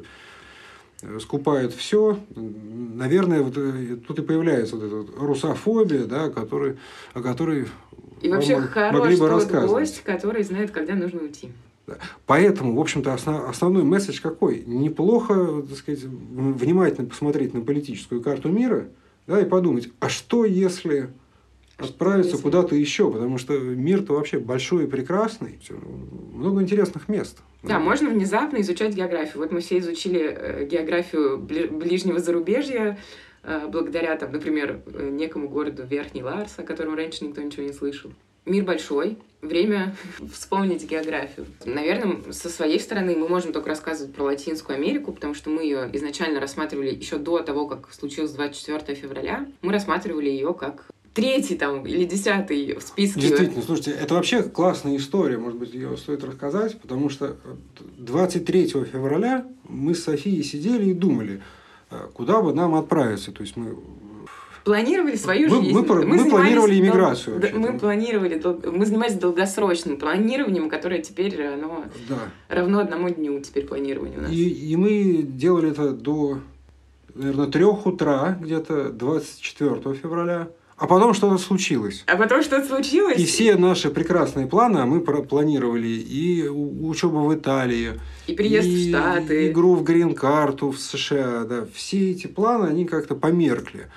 скупают все, наверное, вот тут и появляется вот эта вот русофобия, да, который, о которой и вообще могли бы хороший рассказывать. гость, который знает, когда нужно уйти. Поэтому, в общем-то, основ, основной месседж какой? Неплохо, так сказать, внимательно посмотреть на политическую карту мира, да, и подумать, а что если отправиться если... куда-то еще? Потому что мир-то вообще большой и прекрасный, много интересных мест. Да, можно внезапно изучать географию. Вот мы все изучили географию ближнего зарубежья, благодаря, там, например, некому городу Верхний Ларс, о котором раньше никто ничего не слышал. Мир большой, время вспомнить географию. Наверное, со своей стороны мы можем только рассказывать про Латинскую Америку, потому что мы ее изначально рассматривали еще до того, как случилось двадцать четвёртого февраля. Мы рассматривали ее как третий там, или десятый в списке. Действительно, слушайте, это вообще классная история, может быть, ее стоит рассказать, потому что двадцать третьего февраля мы с Софией сидели и думали, куда бы нам отправиться. То есть мы... Планировали свою мы, жизнь. Мы, мы, мы планировали иммиграцию. Дол... Мы планировали, мы занимались долгосрочным планированием, которое теперь оно да. равно одному дню теперь планирования у нас. И, и мы делали это до, наверное, трех утра, где-то двадцать четвёртого февраля. А потом что-то случилось. А потом что-то случилось? И все наши прекрасные планы мы планировали. И учебу в Италии. И приезд и в Штаты. И игру в грин-карту в США. Да. Все эти планы, они как-то померкли.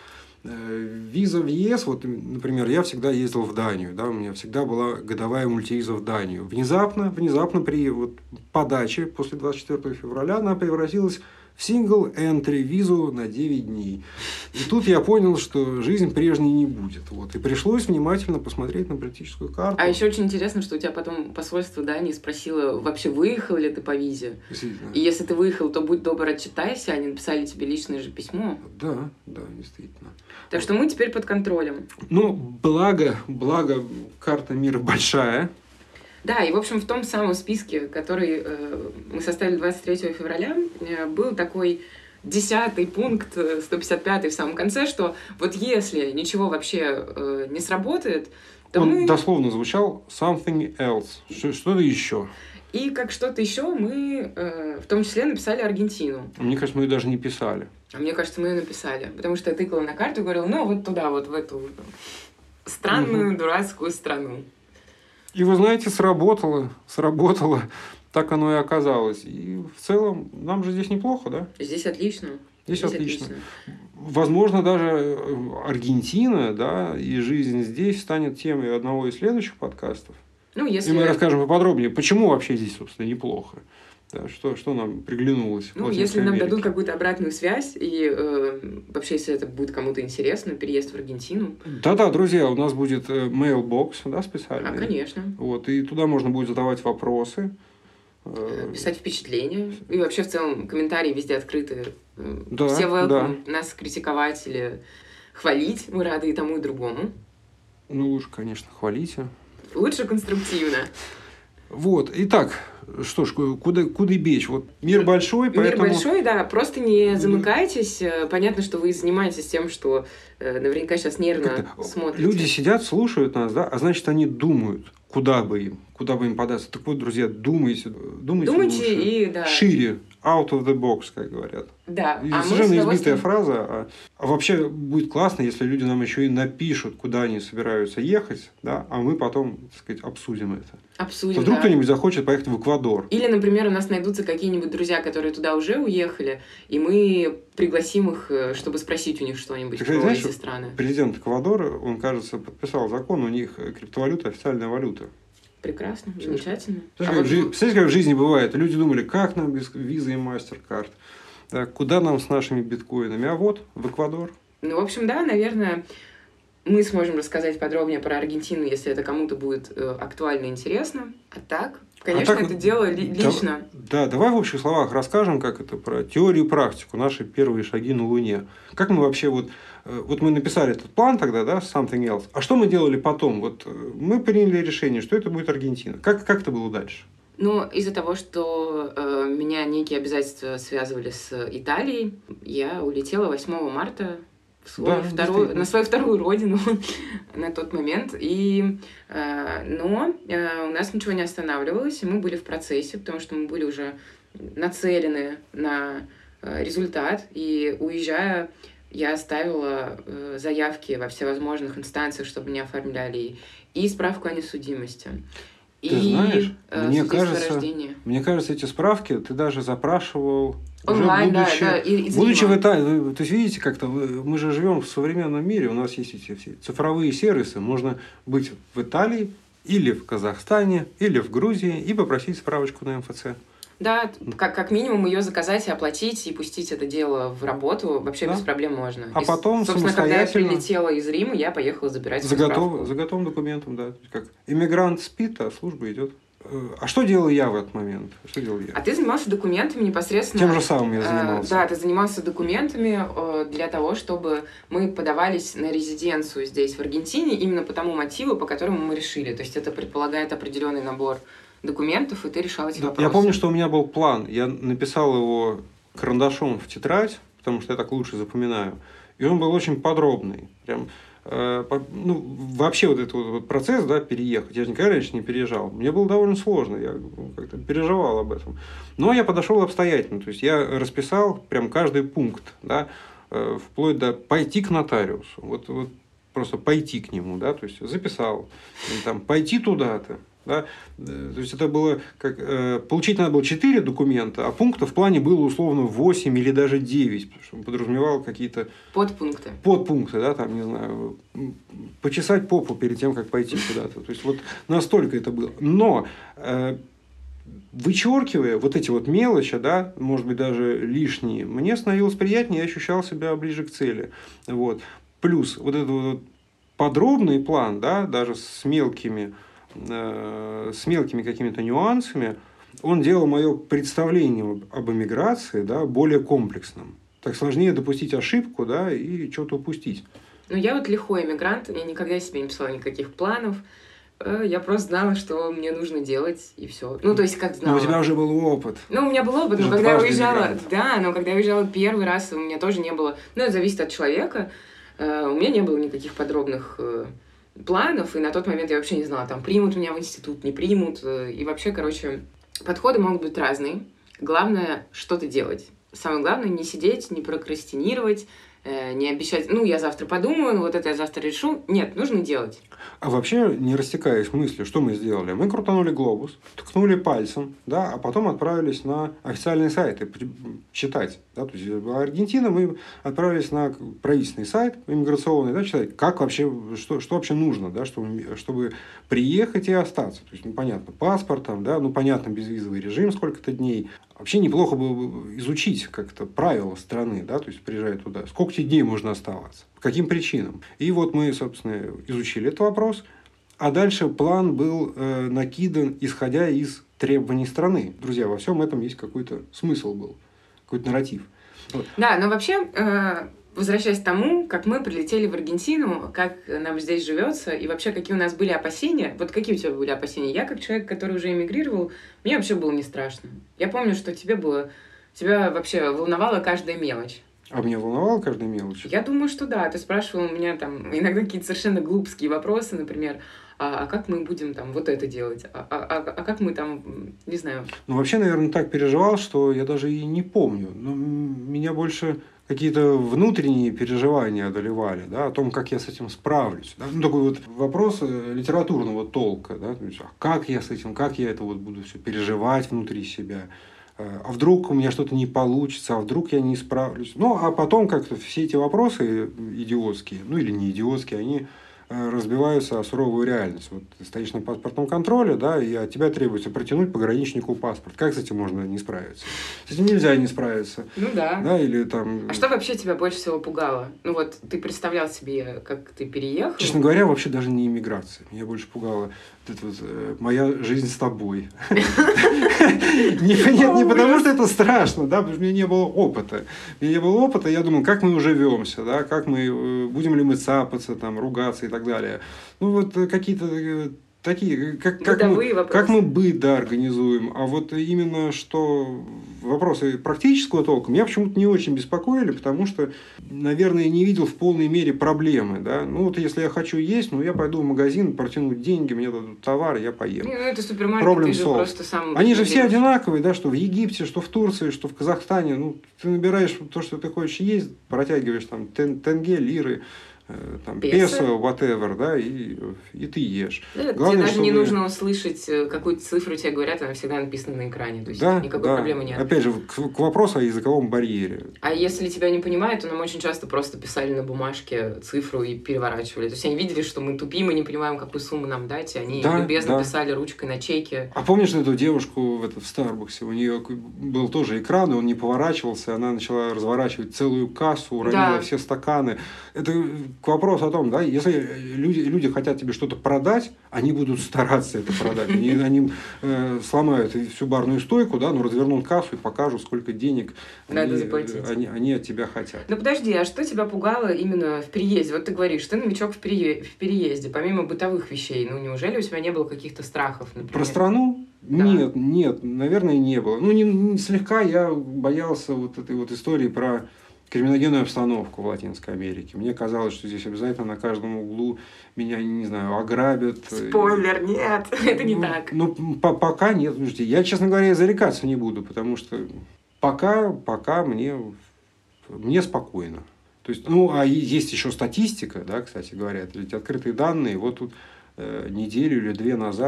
Виза в ЕС, вот, например, я всегда ездил в Данию, да, у меня всегда была годовая мультивиза в Данию. Внезапно, внезапно при вот подаче после двадцать четвёртого февраля она превратилась в single-entry визу на девять дней. И тут я понял, что жизнь прежней не будет. Вот. И пришлось внимательно посмотреть на политическую карту. А еще очень интересно, что у тебя потом посольство Дании спросило, вообще выехал ли ты по визе? И если ты выехал, то будь добр, отчитайся, они написали тебе личное же письмо. Да, да, действительно. Так вот. Что мы теперь под контролем. Ну, благо, благо карта мира большая. Да, и, в общем, в том самом списке, который э, мы составили двадцать третьего февраля, э, был такой десятый пункт, сто пятьдесят пятый в самом конце, что вот если ничего вообще э, не сработает, то Он мы... дословно звучал «something else», что-то еще. И как что-то еще мы э, в том числе написали Аргентину. Мне кажется, мы ее даже не писали. А мне кажется, мы ее написали, потому что я тыкала на карту и говорила, ну, вот туда, вот в эту странную, угу. дурацкую страну. И вы знаете, сработало, сработало, так оно и оказалось. И в целом нам же здесь неплохо, да? Здесь отлично. Здесь, здесь отлично. отлично. Возможно, даже Аргентина, да, и жизнь здесь станет темой одного из следующих подкастов. Ну, если... И мы расскажем поподробнее, почему вообще здесь, собственно, неплохо. Да, что, что нам приглянулось. Ну, если нам Америке. Дадут какую-то обратную связь, и э, вообще, если это будет кому-то интересно, переезд в Аргентину. Да-да, друзья, у нас будет mailbox, да, специальный. А, конечно. Вот, и туда можно будет задавать вопросы. Писать впечатления. И вообще, в целом, комментарии везде открыты. Да, все welcome да. нас критиковать или хвалить. Мы рады и тому, и другому. Ну, лучше, конечно, хвалите. Лучше конструктивно. Вот, итак, что ж, куда, куда бечь? Вот мир большой, поэтому... Мир большой, да, просто не замыкайтесь. Понятно, что вы занимаетесь тем, что наверняка сейчас нервно Как-то смотрите. Люди сидят, слушают нас, да, а значит, они думают, куда бы им, куда бы им податься. Так вот, друзья, думайте, думайте, думайте лучше, и, да. шире, out of the box, как говорят. Да. И а совершенно избитая удовольствием... фраза. А, а вообще будет классно, если люди нам еще и напишут, куда они собираются ехать, да, а мы потом, так сказать, обсудим это. Обсудим, Вдруг да. кто-нибудь захочет поехать в Эквадор. Или, например, у нас найдутся какие-нибудь друзья, которые туда уже уехали, и мы пригласим их, чтобы спросить у них что-нибудь Ты, про знаешь, эти страны. Президент Эквадора, он, кажется, подписал закон, у них криптовалюта официальная валюта. Прекрасно, замечательно. Представляете, а как, вот... Представляете, как в жизни бывает. Люди думали, как нам без визы и мастер-карт? Так, куда нам с нашими биткоинами? А вот, в Эквадор. Ну, в общем, да, наверное, мы сможем рассказать подробнее про Аргентину, если это кому-то будет э, актуально и интересно. А так, конечно, а так, это дело ли, да, лично. Да, давай в общих словах расскажем, как это про теорию и практику, наши первые шаги на Луне. Как мы вообще вот... Вот мы написали этот план тогда, да, something else. А что мы делали потом? Вот мы приняли решение, что это будет Аргентина. Как, как это было дальше? Ну, из-за того, что э, меня некие обязательства связывали с Италией, я улетела восьмого марта в свой да, второй, на свою вторую родину на тот момент. И, э, но э, у нас ничего не останавливалось, и мы были в процессе, потому что мы были уже нацелены на э, результат. И уезжая, я оставила э, заявки во всевозможных инстанциях, чтобы меня оформляли, и справку о несудимости. Ты и знаешь, э, мне кажется, мне кажется, эти справки ты даже запрашивал онлайн, уже будучи, да, да, и, будучи в Италии. То есть, видите, как-то мы же живем в современном мире, у нас есть эти все цифровые сервисы, можно быть в Италии или в Казахстане, или в Грузии и попросить справочку на эм эф цэ. Да, как, как минимум ее заказать и оплатить, и пустить это дело в работу вообще да. без проблем можно. А и, потом собственно, когда я прилетела из Рима, я поехала забирать за, готов, за готовым документом, да. Как иммигрант спит, а служба идет. А что делал я в этот момент? Что делал я? А ты занимался документами непосредственно. Тем же самым я занимался. Да, ты занимался документами для того, чтобы мы подавались на резиденцию здесь, в Аргентине, именно по тому мотиву, по которому мы решили. То есть это предполагает определенный набор документов, и ты решал эти вопросы. Я помню, что у меня был план. Я написал его карандашом в тетрадь, потому что я так лучше запоминаю. И он был очень подробный. Прям, э, по, ну, вообще вот этот вот процесс, да, переехать. Я же никогда раньше не переезжал. Мне было довольно сложно. Я как-то переживал об этом. Но я подошел обстоятельно. То есть я расписал прям каждый пункт, да, э, вплоть до пойти к нотариусу. Вот, вот просто пойти к нему, да, то есть записал. Там, пойти туда-то. Да? То есть это было как, э, получить надо было четыре документа, а пунктов в плане было условно восемь или даже девять, потому что он подразумевал какие-то подпункты. Подпункты, да, там, не знаю, почесать попу перед тем, как пойти куда-то. То есть вот настолько это было. Но э, вычеркивая вот эти вот мелочи, да, может быть, даже лишние, мне становилось приятнее, я ощущал себя ближе к цели. Вот. Плюс вот этот вот подробный план, да, даже с мелкими, э, с мелкими какими-то нюансами, он делал мое представление об эмиграции, да, более комплексным. Так сложнее допустить ошибку, да, и что-то упустить. Ну, я вот лихой эмигрант, я никогда себе не писала никаких планов. Я просто знала, что мне нужно делать, и все. Ну, то есть, как знала. Но у тебя уже был опыт. Ну, у меня был опыт, Ты но же когда я дважды уезжала... эмигрант. Да, но когда я уезжала первый раз, у меня тоже не было... Ну, это зависит от человека. У меня не было никаких подробных планов, и на тот момент я вообще не знала, там, примут меня в институт, не примут. И вообще, короче, подходы могут быть разные. Главное, что-то делать. Самое главное, не сидеть, не прокрастинировать, не обещать, ну, я завтра подумаю, ну, вот это я завтра решу. Нет, нужно делать. А вообще, не растекаясь мыслью, что мы сделали? Мы крутанули глобус, ткнули пальцем, да, а потом отправились на официальные сайты читать. Да, то есть, была Аргентина, мы отправились на правительственный сайт иммиграционный, да, читать, как вообще, что, что вообще нужно, да, чтобы, чтобы приехать и остаться. То есть, ну, понятно, паспорт, там, да, ну, понятно, безвизовый режим, сколько-то дней. Вообще неплохо было бы изучить как-то правила страны, да, то есть приезжая туда. Сколько тебе дней можно оставаться? По каким причинам? И вот мы, собственно, изучили этот вопрос. А дальше план был э, накидан, исходя из требований страны. Друзья, во всем этом есть какой-то смысл был, какой-то нарратив. Вот. Да, но вообще, э, возвращаясь к тому, как мы прилетели в Аргентину, как нам здесь живется, и вообще какие у нас были опасения. Вот какие у тебя были опасения? Я, как человек, который уже эмигрировал, мне вообще было не страшно. Я помню, что тебе было... Тебя вообще волновала каждая мелочь. А меня волновала каждая мелочь? Я думаю, что да. Ты спрашивал у меня там иногда какие-то совершенно глупские вопросы, например, а, а как мы будем там вот это делать? А, а, а, а как мы там, не знаю... Ну, вообще, наверное, так переживал, что я даже и не помню. Но меня больше какие-то внутренние переживания одолевали, да, о том, как я с этим справлюсь. Да? Ну, такой вот вопрос литературного толка. Да? То есть, а как я с этим, как я это вот буду все переживать внутри себя? А вдруг у меня что-то не получится, а вдруг я не справлюсь. Ну, а потом как-то все эти вопросы идиотские, ну или не идиотские, они разбиваются о суровую реальность. Вот ты стоишь на паспортном контроле, да, и от тебя требуется протянуть пограничнику паспорт. Как с этим можно не справиться? С этим нельзя не справиться. Ну да. Да, или там... А что вообще тебя больше всего пугало? Ну вот ты представлял себе, как ты переехал? Честно говоря, вообще даже не иммиграция. Меня больше пугала вот эта вот, э, моя жизнь с тобой. Нет, не потому что это страшно, да, потому что у меня не было опыта. У меня не было опыта, я думал, как мы уживемся, да, как мы, будем ли мы цапаться, там, ругаться и так далее. Ну, вот какие-то такие, как, как, мы, как мы быт, да, организуем. А вот именно что вопросы практического толка меня почему-то не очень беспокоили, потому что, наверное, я не видел в полной мере проблемы. Да? Ну, вот если я хочу есть, ну, я пойду в магазин, протянуть деньги, мне дадут товар, я поем. Ну, это супермаркет, ты же просто сам... Они же все одинаковые, да, что в Египте, что в Турции, что в Казахстане. Ну, ты набираешь то, что ты хочешь есть, протягиваешь там тенге, лиры, там, песо, whatever, да, и, и ты ешь. Да, Главное, тебе даже чтобы... не нужно услышать, какую цифру тебе говорят, она всегда написана на экране, то есть да, никакой да. проблемы нет. Опять же, к, к вопросу о языковом барьере. А если тебя не понимают, то нам очень часто просто писали на бумажке цифру и переворачивали. То есть они видели, что мы тупим и не понимаем, какую сумму нам дать, и они да, любезно да. писали ручкой на чеке. А помнишь эту девушку в, это, в Старбаксе? У нее был тоже экран, и он не поворачивался, она начала разворачивать целую кассу, уронила да. все стаканы. Это к вопросу о том, да, если люди, люди хотят тебе что-то продать, они будут стараться это продать. Они, они э, сломают всю барную стойку, да, но развернут кассу и покажут, сколько денег надо они, заплатить. Они, они от тебя хотят. Ну подожди, а что тебя пугало именно в переезде? Вот ты говоришь, ты новичок в, пере... в переезде, помимо бытовых вещей. Ну неужели у тебя не было каких-то страхов, например? Про страну? Да. Нет, нет, наверное, не было. Ну, не, не слегка я боялся вот этой вот истории про криминогенную обстановку в Латинской Америке. Мне казалось, что здесь обязательно на каждом углу меня, не знаю, ограбят. Спойлер, нет, это не ну, так. Ну, по пока нет. Слушайте, я, честно говоря, зарекаться не буду, потому что пока, пока мне, мне спокойно. То есть, ну, а есть еще статистика, да, кстати говоря, это ведь открытые данные. Вот тут э, неделю или две назад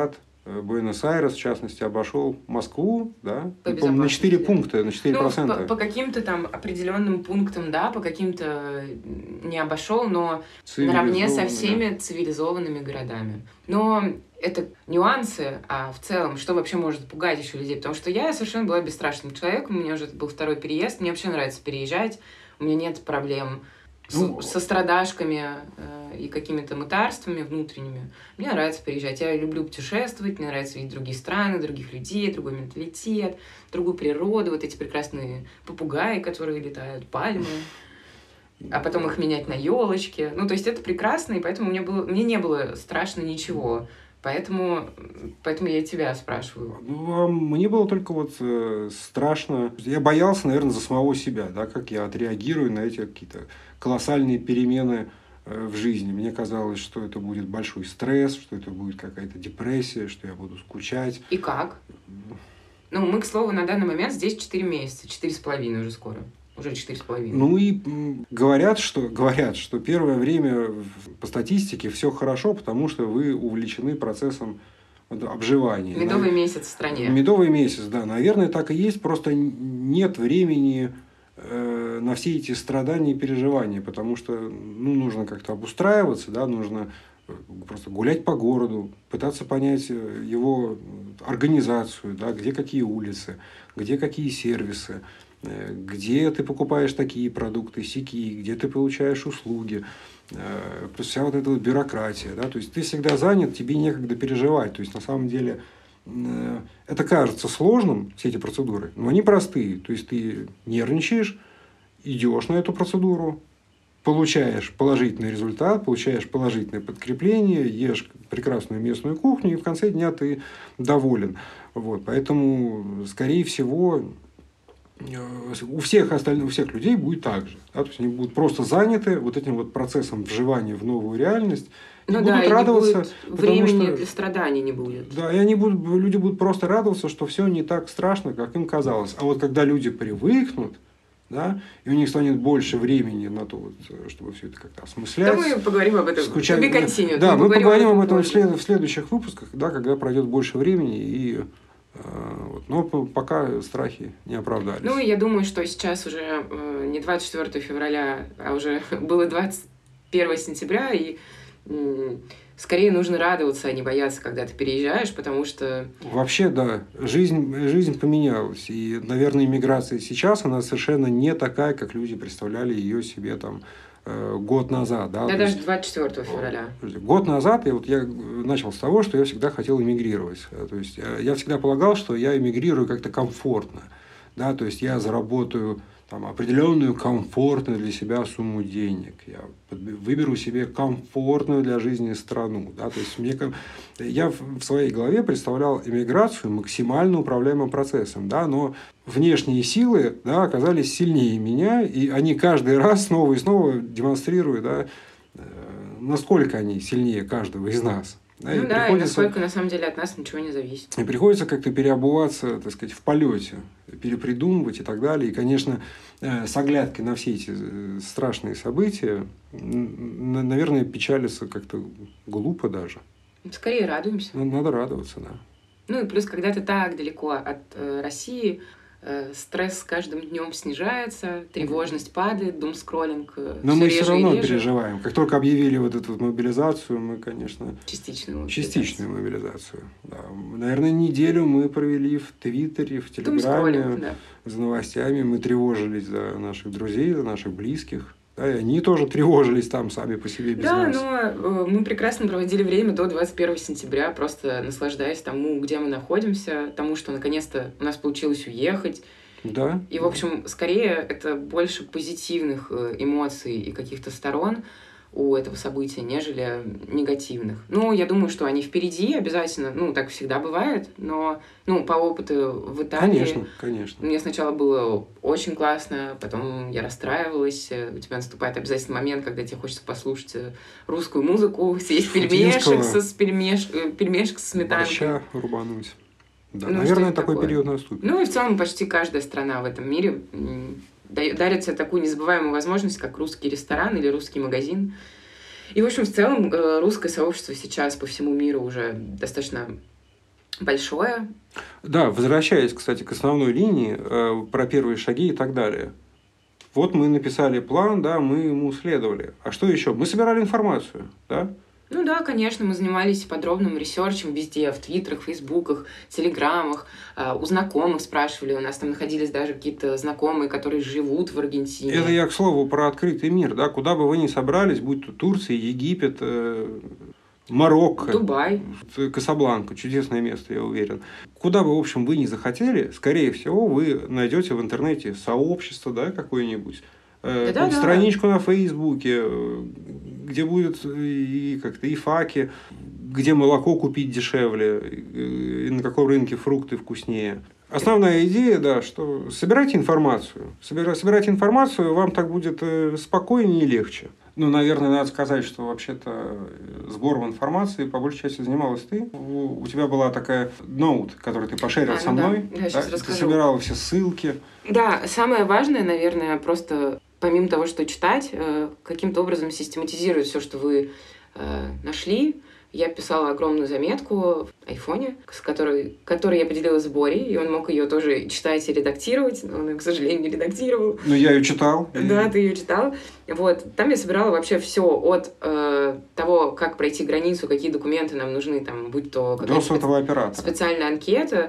Буэнос-Айрес, в частности, обошел Москву, да, По ну, на четыре пункта, на четыре процента. Ну, по, по каким-то там определенным пунктам, да, по каким-то не обошел, но наравне со всеми цивилизованными городами. Но это нюансы, а в целом, что вообще может пугать еще людей? Потому что я совершенно была бесстрашным человеком, у меня уже был второй переезд, мне вообще нравится переезжать, у меня нет проблем ну, с, со страдашками э, и какими-то мытарствами внутренними. Мне нравится переезжать. Я люблю путешествовать, мне нравится видеть другие страны, других людей, другой менталитет, другую природу, вот эти прекрасные попугаи, которые летают, пальмы, а потом их менять на елочке. Ну, то есть это прекрасно, и поэтому мне, было, мне не было страшно ничего. Поэтому, поэтому я тебя спрашиваю. Ну, мне было только вот э, страшно. Я боялся, наверное, за самого себя, да, как я отреагирую на эти какие-то колоссальные перемены э, в жизни. Мне казалось, что это будет большой стресс, что это будет какая-то депрессия, что я буду скучать. И как? Ну, мы, к слову, на данный момент здесь четыре месяца, четыре с половиной уже скоро. Уже четыре с половиной. Ну и говорят, что, говорят, что первое время по статистике все хорошо, потому что вы увлечены процессом обживания. Медовый на... месяц в стране. Медовый месяц, да. Наверное, так и есть. Просто нет времени э, на все эти страдания и переживания, потому что ну, нужно как-то обустраиваться, да, нужно просто гулять по городу, пытаться понять его организацию, да, где какие улицы, где какие сервисы, где ты покупаешь такие продукты, сякие, где ты получаешь услуги, плюс вся вот эта вот бюрократия, да, то есть ты всегда занят, тебе некогда переживать, то есть на самом деле это кажется сложным, все эти процедуры, но они простые, то есть ты нервничаешь, идешь на эту процедуру, получаешь положительный результат, получаешь положительное подкрепление, ешь прекрасную местную кухню, и в конце дня ты доволен. Вот, поэтому, скорее всего, у всех остальных, у всех людей будет так же. Да? То есть они будут просто заняты вот этим вот процессом вживания в новую реальность. Ну и да, будут и радоваться, не будет времени что, для страданий не будет. Да, и они будут, люди будут просто радоваться, что все не так страшно, как им казалось. А вот когда люди привыкнут, да, и у них станет больше времени на то, вот, чтобы все это как-то осмыслять. Да, мы поговорим об этом. Скучать. Continue, да, мы поговорим, поговорим об этом, об этом в следующих выпусках, да, когда пройдет больше времени и Вот. Но пока страхи не оправдались. Ну, и я думаю, что сейчас уже э, не двадцать четвёртого февраля, а уже было двадцать первого сентября, и э, скорее нужно радоваться, а не бояться, когда ты переезжаешь, потому что... Вообще, да, жизнь, жизнь поменялась. И, наверное, иммиграция сейчас, она совершенно не такая, как люди представляли ее себе там год назад. Да, да даже двадцать четвёртого февраля. Год назад я, вот, я начал с того, что я всегда хотел эмигрировать. То есть, я всегда полагал, что я эмигрирую как-то комфортно. Да, то есть, я заработаю там, определенную комфортную для себя сумму денег. Я выберу себе комфортную для жизни страну. Да, то есть, мне, я в своей голове представлял эмиграцию максимально управляемым процессом. Да, но внешние силы, да, оказались сильнее меня, и они каждый раз снова и снова демонстрируют, да, насколько они сильнее каждого из нас. Да, ну и да, и насколько на самом деле от нас ничего не зависит. И приходится как-то переобуваться, так сказать, в полете, перепридумывать и так далее. И, конечно, с оглядкой на все эти страшные события, наверное, печалиться как-то глупо даже. Скорее радуемся. Надо радоваться, да. Ну и плюс, когда ты так далеко от э, России, э, стресс с каждым днем снижается, тревожность падает, думскроллинг э, Но мы все все равно реже. переживаем. Как только объявили вот эту вот мобилизацию, мы, конечно... Частичную мобилизацию. Частичную мобилизацию, да. Наверное, неделю мы провели в Твиттере, в Телеграме, да. за новостями. Мы тревожились за наших друзей, за наших близких. Да, и они тоже тревожились там сами по себе без да, нас. Да, но мы прекрасно проводили время до двадцать первого сентября, просто наслаждаясь тому, где мы находимся, тому, что наконец-то у нас получилось уехать. Да. И, в общем, скорее это больше позитивных эмоций и каких-то сторон у этого события, нежели негативных. Ну, я думаю, что они впереди обязательно, ну, так всегда бывает, но, ну, по опыту в Италии... Конечно, конечно. Мне сначала было очень классно, потом я расстраивалась, у тебя наступает обязательно момент, когда тебе хочется послушать русскую музыку, съесть пельмешек с, пельмеш... пельмешек с сметанкой. Борща рубануть. Да, ну, наверное, такой такое? период наступит. Ну, и в целом почти каждая страна в этом мире дарит тебе такую незабываемую возможность, как русский ресторан или русский магазин. И, в общем, в целом русское сообщество сейчас по всему миру уже достаточно большое. Да, возвращаясь, кстати, к основной линии, э, про первые шаги и так далее. Вот мы написали план, да, мы ему следовали. А что еще? Мы собирали информацию, да? Ну да, конечно, мы занимались подробным ресерчем везде, в твиттерах, фейсбуках, телеграммах, у знакомых спрашивали, у нас там находились даже какие-то знакомые, которые живут в Аргентине. Это я, к слову, про открытый мир, да, куда бы вы ни собрались, будь то Турция, Египет, Марокко, Дубай, Касабланка, чудесное место, я уверен. Куда бы, в общем, вы ни захотели, скорее всего, вы найдете в интернете сообщество, да, какое-нибудь, да-да-да. страничку на Фейсбуке, где будет и как-то и факи, где молоко купить дешевле, и на каком рынке фрукты вкуснее. Основная идея, да, что собирайте информацию. Собирайте информацию, вам так будет спокойнее и легче. Ну, наверное, надо сказать, что вообще-то сбором информации по большей части занималась ты. У тебя была такая ноут, который ты пошерил а, со ну мной. Да. Я сейчас да? расскажу. Ты собирала все ссылки. Да, самое важное, наверное, просто помимо того, что читать, каким-то образом систематизировать все, что вы нашли. Я писала огромную заметку в айфоне, с которой, которой я поделилась с Борей, и он мог ее тоже читать и редактировать, но он ее, к сожалению, не редактировал. Ну, я ее читал. Да, ты ее читал. Вот. Там я собирала вообще все от э, того, как пройти границу, какие документы нам нужны, там, будь то до сотового оператора. Специальная анкета,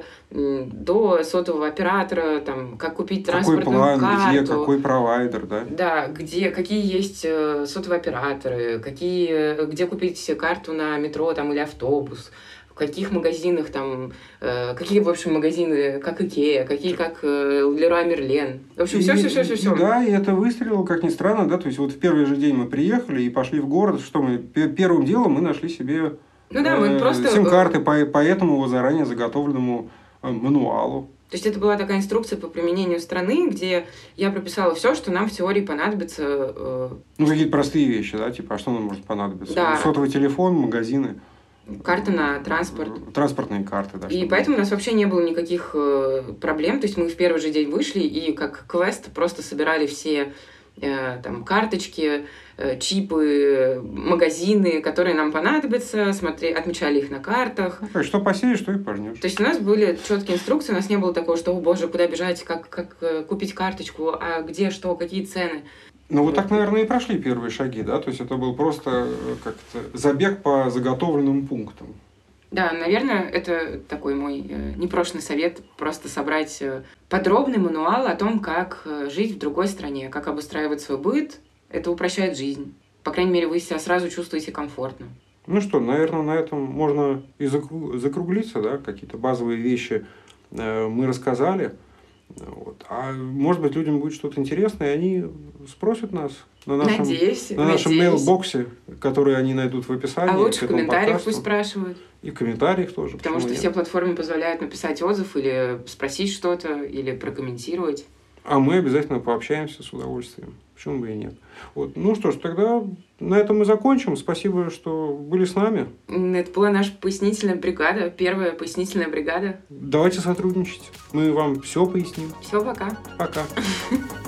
до сотового оператора, там, как купить транспортную какой план, карту. Где, какой провайдер, да? Да, где, какие есть сотовые операторы, какие, где купить карту на метро там, или автобус, в каких магазинах там, э, какие, в общем, магазины, как Икея, какие, как э, Леруа Мерлен. В общем, все-все-все-все-все. Да, и это выстрелило, как ни странно, да, то есть вот в первый же день мы приехали и пошли в город, что мы, первым делом мы нашли себе ну, да, мы э, просто... сим-карты по, по этому заранее заготовленному э, мануалу. То есть это была такая инструкция по применению страны, где я прописала все, что нам в теории понадобится. Э... Ну, какие-то простые вещи, да, типа, а что нам может понадобиться? Да. Сотовый телефон, магазины. Карта на транспорт. Транспортные карты, да. И поэтому у нас вообще не было никаких э, проблем. То есть мы в первый же день вышли и как квест просто собирали все э, там, карточки, э, чипы, магазины, которые нам понадобятся, смотри, отмечали их на картах. Ну, что посеешь, что и пожнешь. То есть у нас были четкие инструкции, у нас не было такого, что, о боже, куда бежать, как, как э, купить карточку, а где, что, какие цены. Ну, вот так, наверное, и прошли первые шаги, да? То есть это был просто как-то забег по заготовленным пунктам. Да, наверное, это такой мой э, непрошенный совет, просто собрать э, подробный мануал о том, как э, жить в другой стране, как обустраивать свой быт. Это упрощает жизнь. По крайней мере, вы себя сразу чувствуете комфортно. Ну что, наверное, на этом можно и закруглиться, да? Какие-то базовые вещи э, мы рассказали. Вот. А может быть, людям будет что-то интересное, и они спросят нас на нашем, надеюсь, на нашем мейл-боксе, который они найдут в описании. А лучше в комментариях пусть спрашивают. И в комментариях тоже. Потому что нет? Все платформы позволяют написать отзыв или спросить что-то, или прокомментировать. А мы обязательно пообщаемся с удовольствием. Почему бы и нет. Вот. Ну что ж, тогда на этом мы закончим. Спасибо, что были с нами. Это была наша пояснительная бригада, первая пояснительная бригада. Давайте сотрудничать. Мы вам все поясним. Все, пока. Пока.